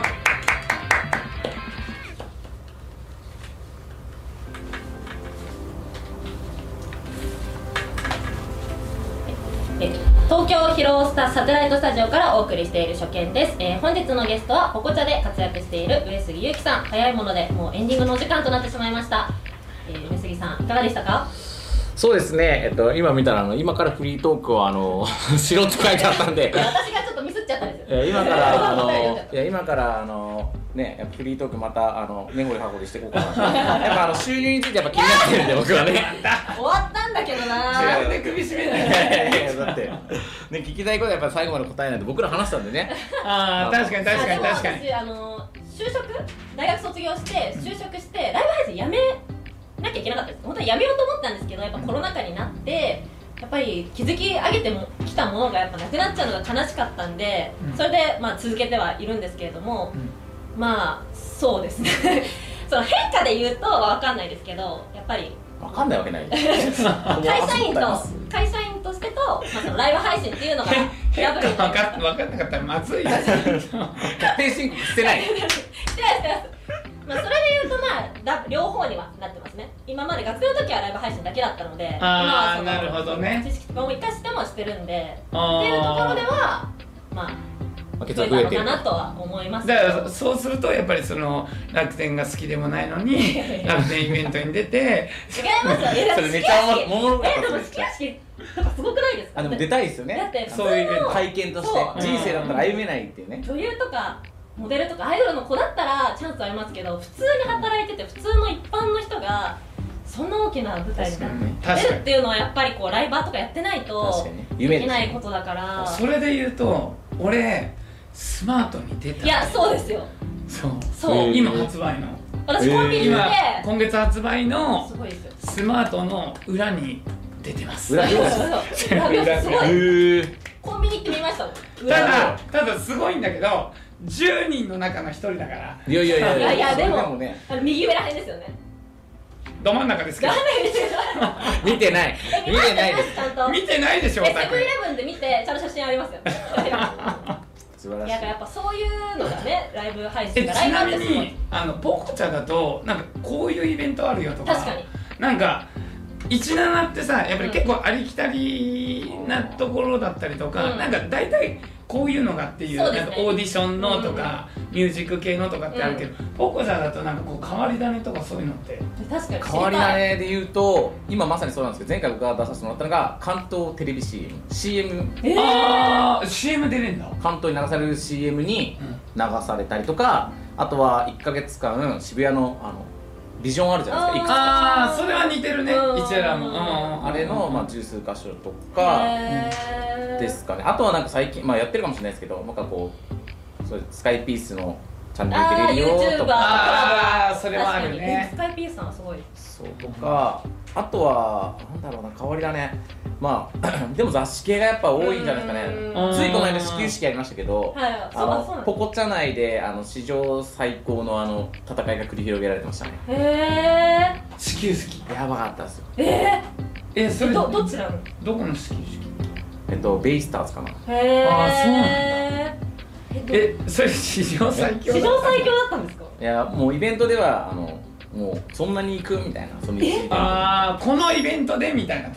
え東京ヒロースタサテライトスタジオからお送りしている初見です、えー本日のゲストはポコチャで活躍している上杉ゆうきさん。早いものでもうエンディングのお時間となってしまいました、えー上杉さんいかがでしたか？ そうですね、えっと、今見たらあの今からフリートークをあのしろって書いてあったんでいや私がちょっとミスっちゃったんですよえー今からあの答え読んじゃったいや今からあのねやっぱフリートークまたあの根掘り葉掘りしていこうかなとやっぱあの収入についてやっぱ気になってるんで僕はね終わったんだけどな自分で首絞めないいやいやいやだってね聞きたいことはやっぱり最後まで答えないと僕ら話したんでねああ確かに確かに確かにあでも私あの就職大学卒業して就職してライブ配信やめなきゃいけなかったです。本当はやめようと思ったんですけどやっぱコロナ禍になってやっぱり築き上げてもきたものがやっぱなくなっちゃうのが悲しかったんで、 うんそれでまあ続けてはいるんですけれども、 うんまあそうですねその変化で言うとは分かんないですけどやっぱり分かんないわけない会社員と会社員としてと、まあ、そのライブ配信っていうのが変化ダブルにな分かります分かんなかったらまずいよ確定申告してないしてないしてないまあそれで言うとまあだ両方にはなってますね。今まで学生の時はライブ配信だけだったので今はそのなるほどね知識とかも生かしてもしてるんでってあーいうところではまあまあ結増えたの構増えてるかなとは思いますけだどからそうするとやっぱりその楽天が好きでもないのに楽天イベントに出て違いますよねそれめっちゃおもおもろかったえでもです好きらしいとかすごくないですか？ あでも出たいですよねだって普通そういうイベントの体験としてそう人生だったら歩めないっていうね女優とかモデルとかアイドルの子だったらチャンスありますけど普通に働いてて普通の一般の人がそんな大きな舞台に確かに出るっていうのはやっぱりこうライバーとかやってないと確かにね夢できですねないことだからそれで言うと俺スマートに出たいやそうですよそうそう、 へー今発売の私コンビニで、 今今月発売のすごいですよスマートの裏に出てます裏表そう紙そう裏表紙すごいへコンビニ行ってみましたもんた裏だただすごいんだけどじゅうにんの中のひとりだからいやいやいやいやいやそれでもねあの右上らへんですよねど真ん中ですけどダメですよ見てないえ見てないですちゃんと見てないでしょオタクえセブンイレブンで見てちゃんと写真ありますよ素晴らしいいややっぱそういうのがねライブ配え信がライブちなみってすごいにあのポコチャだとなんかこういうイベントあるよとか確かになんかじゅうななってさやっぱり結構ありきたりなところだったりとか、 うんなんか大体こういうのがっていうそうですねなんかオーディションのとか、ミュージック系のとかってあるけど、ポコチャだとなんかこう変わり種とかそういうのって確かに変わり種で言うと今まさにそうなんですけど前回僕が出させてもらったのが関東テレビ シーエムシーエムえー、 ああ シーエム 出れんだ関東に流される シーエム に流されたりとかあとはいっかげつかん渋谷のあのビジョンあるじゃないですかいくつかああそれは似てるねうん一らも、うんうんうんあれの、まあ、十数箇所とかへーですかねあとはなんか最近、まあ、やってるかもしれないですけどなんかこうそういうスカイピースのチャンネル出れるよとかあーそれはあるね確かにスカイピースさんはすごいですそうとかあとはなんだろうな変わりだねまあでも雑誌系がやっぱ多いんじゃないですかねうんついこの間始球式やりましたけど、 はいあそうあそうなんでのポコチャ内であの史上最高のあの戦いが繰り広げられてましたねすへ始球式やばかったですよえええそれどどちらのどこの始球式えっとベイスターズかなへえあーそうなんだええそれ史上最強だ史上最強だったんですかいやもうイベントではあのもうそんなに行くみたいなその一イベントああこのイベントでみたいなとこ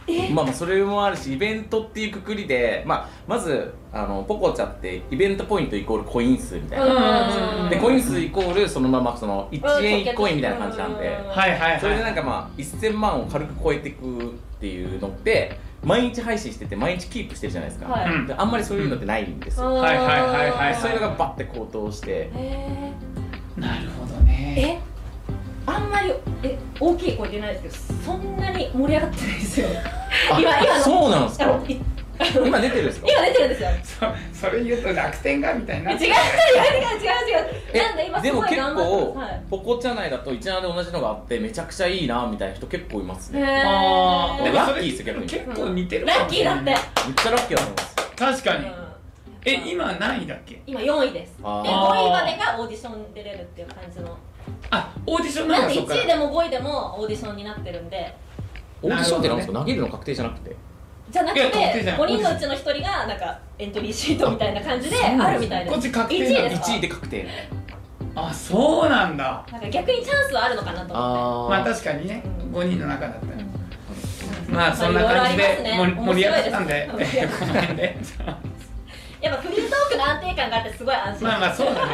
まあまあそれもあるし、イベントっていうくくりで、まあ、まずあのポコチャってイベントポイントイコールコイン数みたいな、でコイン数イコールそのままそのいちえんいちコインみたいな感じなんで、 はいはいはい、 それでなんかまあせんまんを軽く超えていくっていうのって毎日配信してて毎日キープしてるじゃないですか、 はい、 であんまりそういうのってないんですよ、 うん、はいはいはいはい、 そういうのがバッて高騰して、 へー、なるほどね。 えあんまりえ大きい声出ないですけど、そんなに盛り上がってないですよ。今今のそうなんですか。 い今出てるんですか。 今出てるんですよ。 そそれ言うと楽天がみたいな。 違う違う違う違う違う。なんで今すでも結ごい頑張って構、 はい、 ポコチャ内だと一覧で同じのがあってめちゃくちゃいいなみたいな人結構いますね。 あー、 でもラッキーですよ逆に。 結構似てるラッキーだって。 めっちゃラッキーだと思います。 確かに。 うん、 え今何位だっけ。 今よんいです。であーごいまでがオーディション出れるっていう感じの。 あ、オーディションななんんでだ。そっからいちいでもごいでもオーディションになってるんで。 オーディションってなんですか。投げるの確定じゃなくて。 じゃなくいや確定じてゃないごにんのうちのひとりがなんかエントリーシートみたいな感じであるみたいです。 こっち確定いちいですか。 いちいで確定。 あ、そうなんだ。 なんか逆にチャンスはあるのかなと思あまあ確かにね、ごにんの中だったら。 って。 まあそんな感じでまあいろいろありますね盛り上がったんで、 面白いですこの辺で。 やっぱフリートークの安定感があってすごい安心。 まあまあそうだね。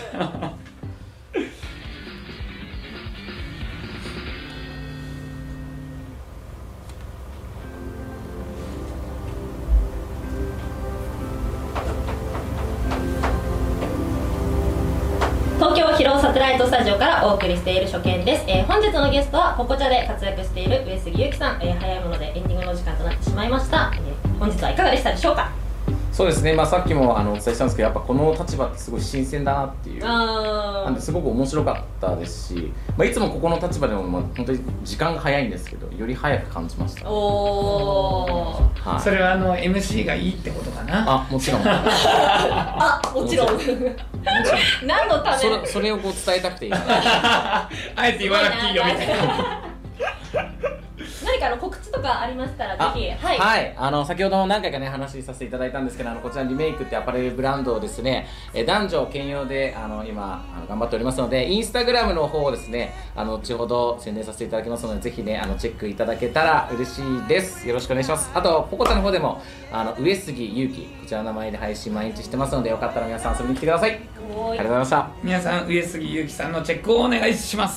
東京広尾サテライトスタジオからお送りしている初見です、えー、本日のゲストはポコチャで活躍している上杉ゆきさん、えー、早いものでエンディングの時間となってしまいました、えー、本日はいかがでしたでしょうか。 そうですね。まあさっきもあのお伝えしたんですけど、やっぱこの立場ってすごい新鮮だなっていう。 あなんですごく面白かったですし、まあ、いつもここの立場でも、まあ、本当に時間が早いんですけどより早く感じました。 おー、 はい、 それはあの エムシー がいいってことかな。 あ、もちろんもあ、もちろんちろん何のためそれそれをこう伝えたくていいかな。 あえて言わなくていいよみたいな。 何かあの告知とかありましたらあぜひ。はい、 はい、あの先ほども何回かね話させていただいたんですけど、あのこちらリメイクってアパレルブランドをですね、え男女兼用であの今あの頑張っておりますので、インスタグラムの方をですね、あの後ほど宣伝させていただきますので、ぜひねあのチェックいただけたら嬉しいです。よろしくお願いします。あとポコちゃんの方でもあの上杉ゆうき、こちらの名前で配信毎日してますので、よかったら皆さん遊びに来てください。ありおーいがとうございました。 皆さん上杉ゆうきさんのチェックをお願いします。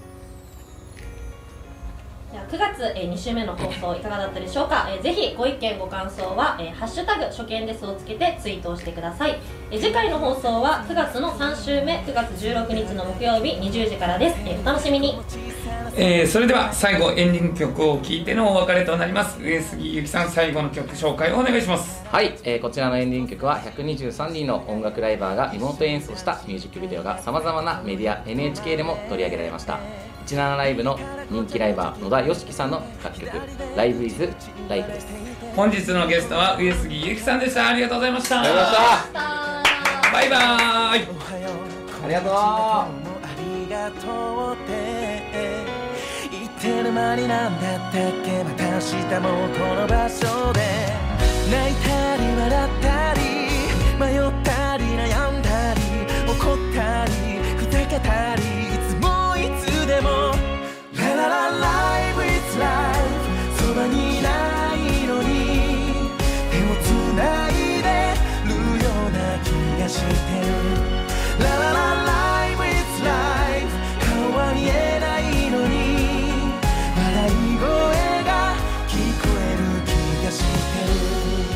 ではくがつ、えー、に週目の放送いかがだったでしょうか、えー、ぜひご意見ご感想は、えーハッシュタグ初見ですをつけてツイートをしてください、えー次回の放送はくがつのさん週目くがつじゅうろくにちの木曜日にじゅうじからです、えーお楽しみに。 えー、それでは最後エンディング曲を聴いてのお別れとなります。上杉ゆきさん、最後の曲紹介をお願いします。 はい、えーこちらのエンディング曲はひゃくにじゅうさんにんの音楽ライバーがリモート演奏したミュージックビデオがさまざまなメディア エヌエイチケー でも取り上げられました。いちななライブの人気ライバー野田よしきさんの楽曲「ライブイズライフ」です。 本日のゲストは上杉ゆきさんでした。ありがとうございました。 ありがとうございました。 バイバーイ。 ありがとう。 ありがとうって言ってる間になんだったっけ、また明日もこの場所で泣いたり笑ったり迷ったり悩んだり怒ったりふざけたりいつもいつでもラララライブ It's life そばにいないのに手をつないでるような気がしてる。ラララライブ It's life 顔は見えないのに笑い声が聞こえる気がしてる。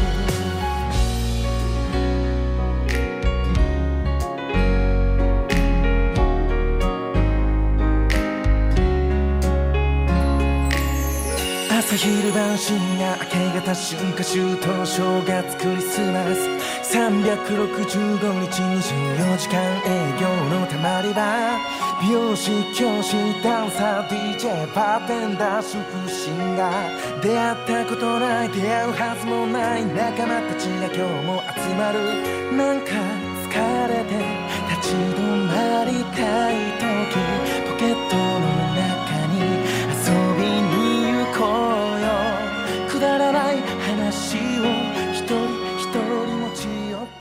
朝昼晩深夜明け方春夏秋冬正月クリスマスさんびゃくろくじゅうごにちにじゅうよじかん営業のたまり場、美容師教師ダンサー ディージェー バーテンダー主婦シンガー、出会ったことない出会うはずもない仲間たちが今日も集まる。なんか疲れて立ち止まりた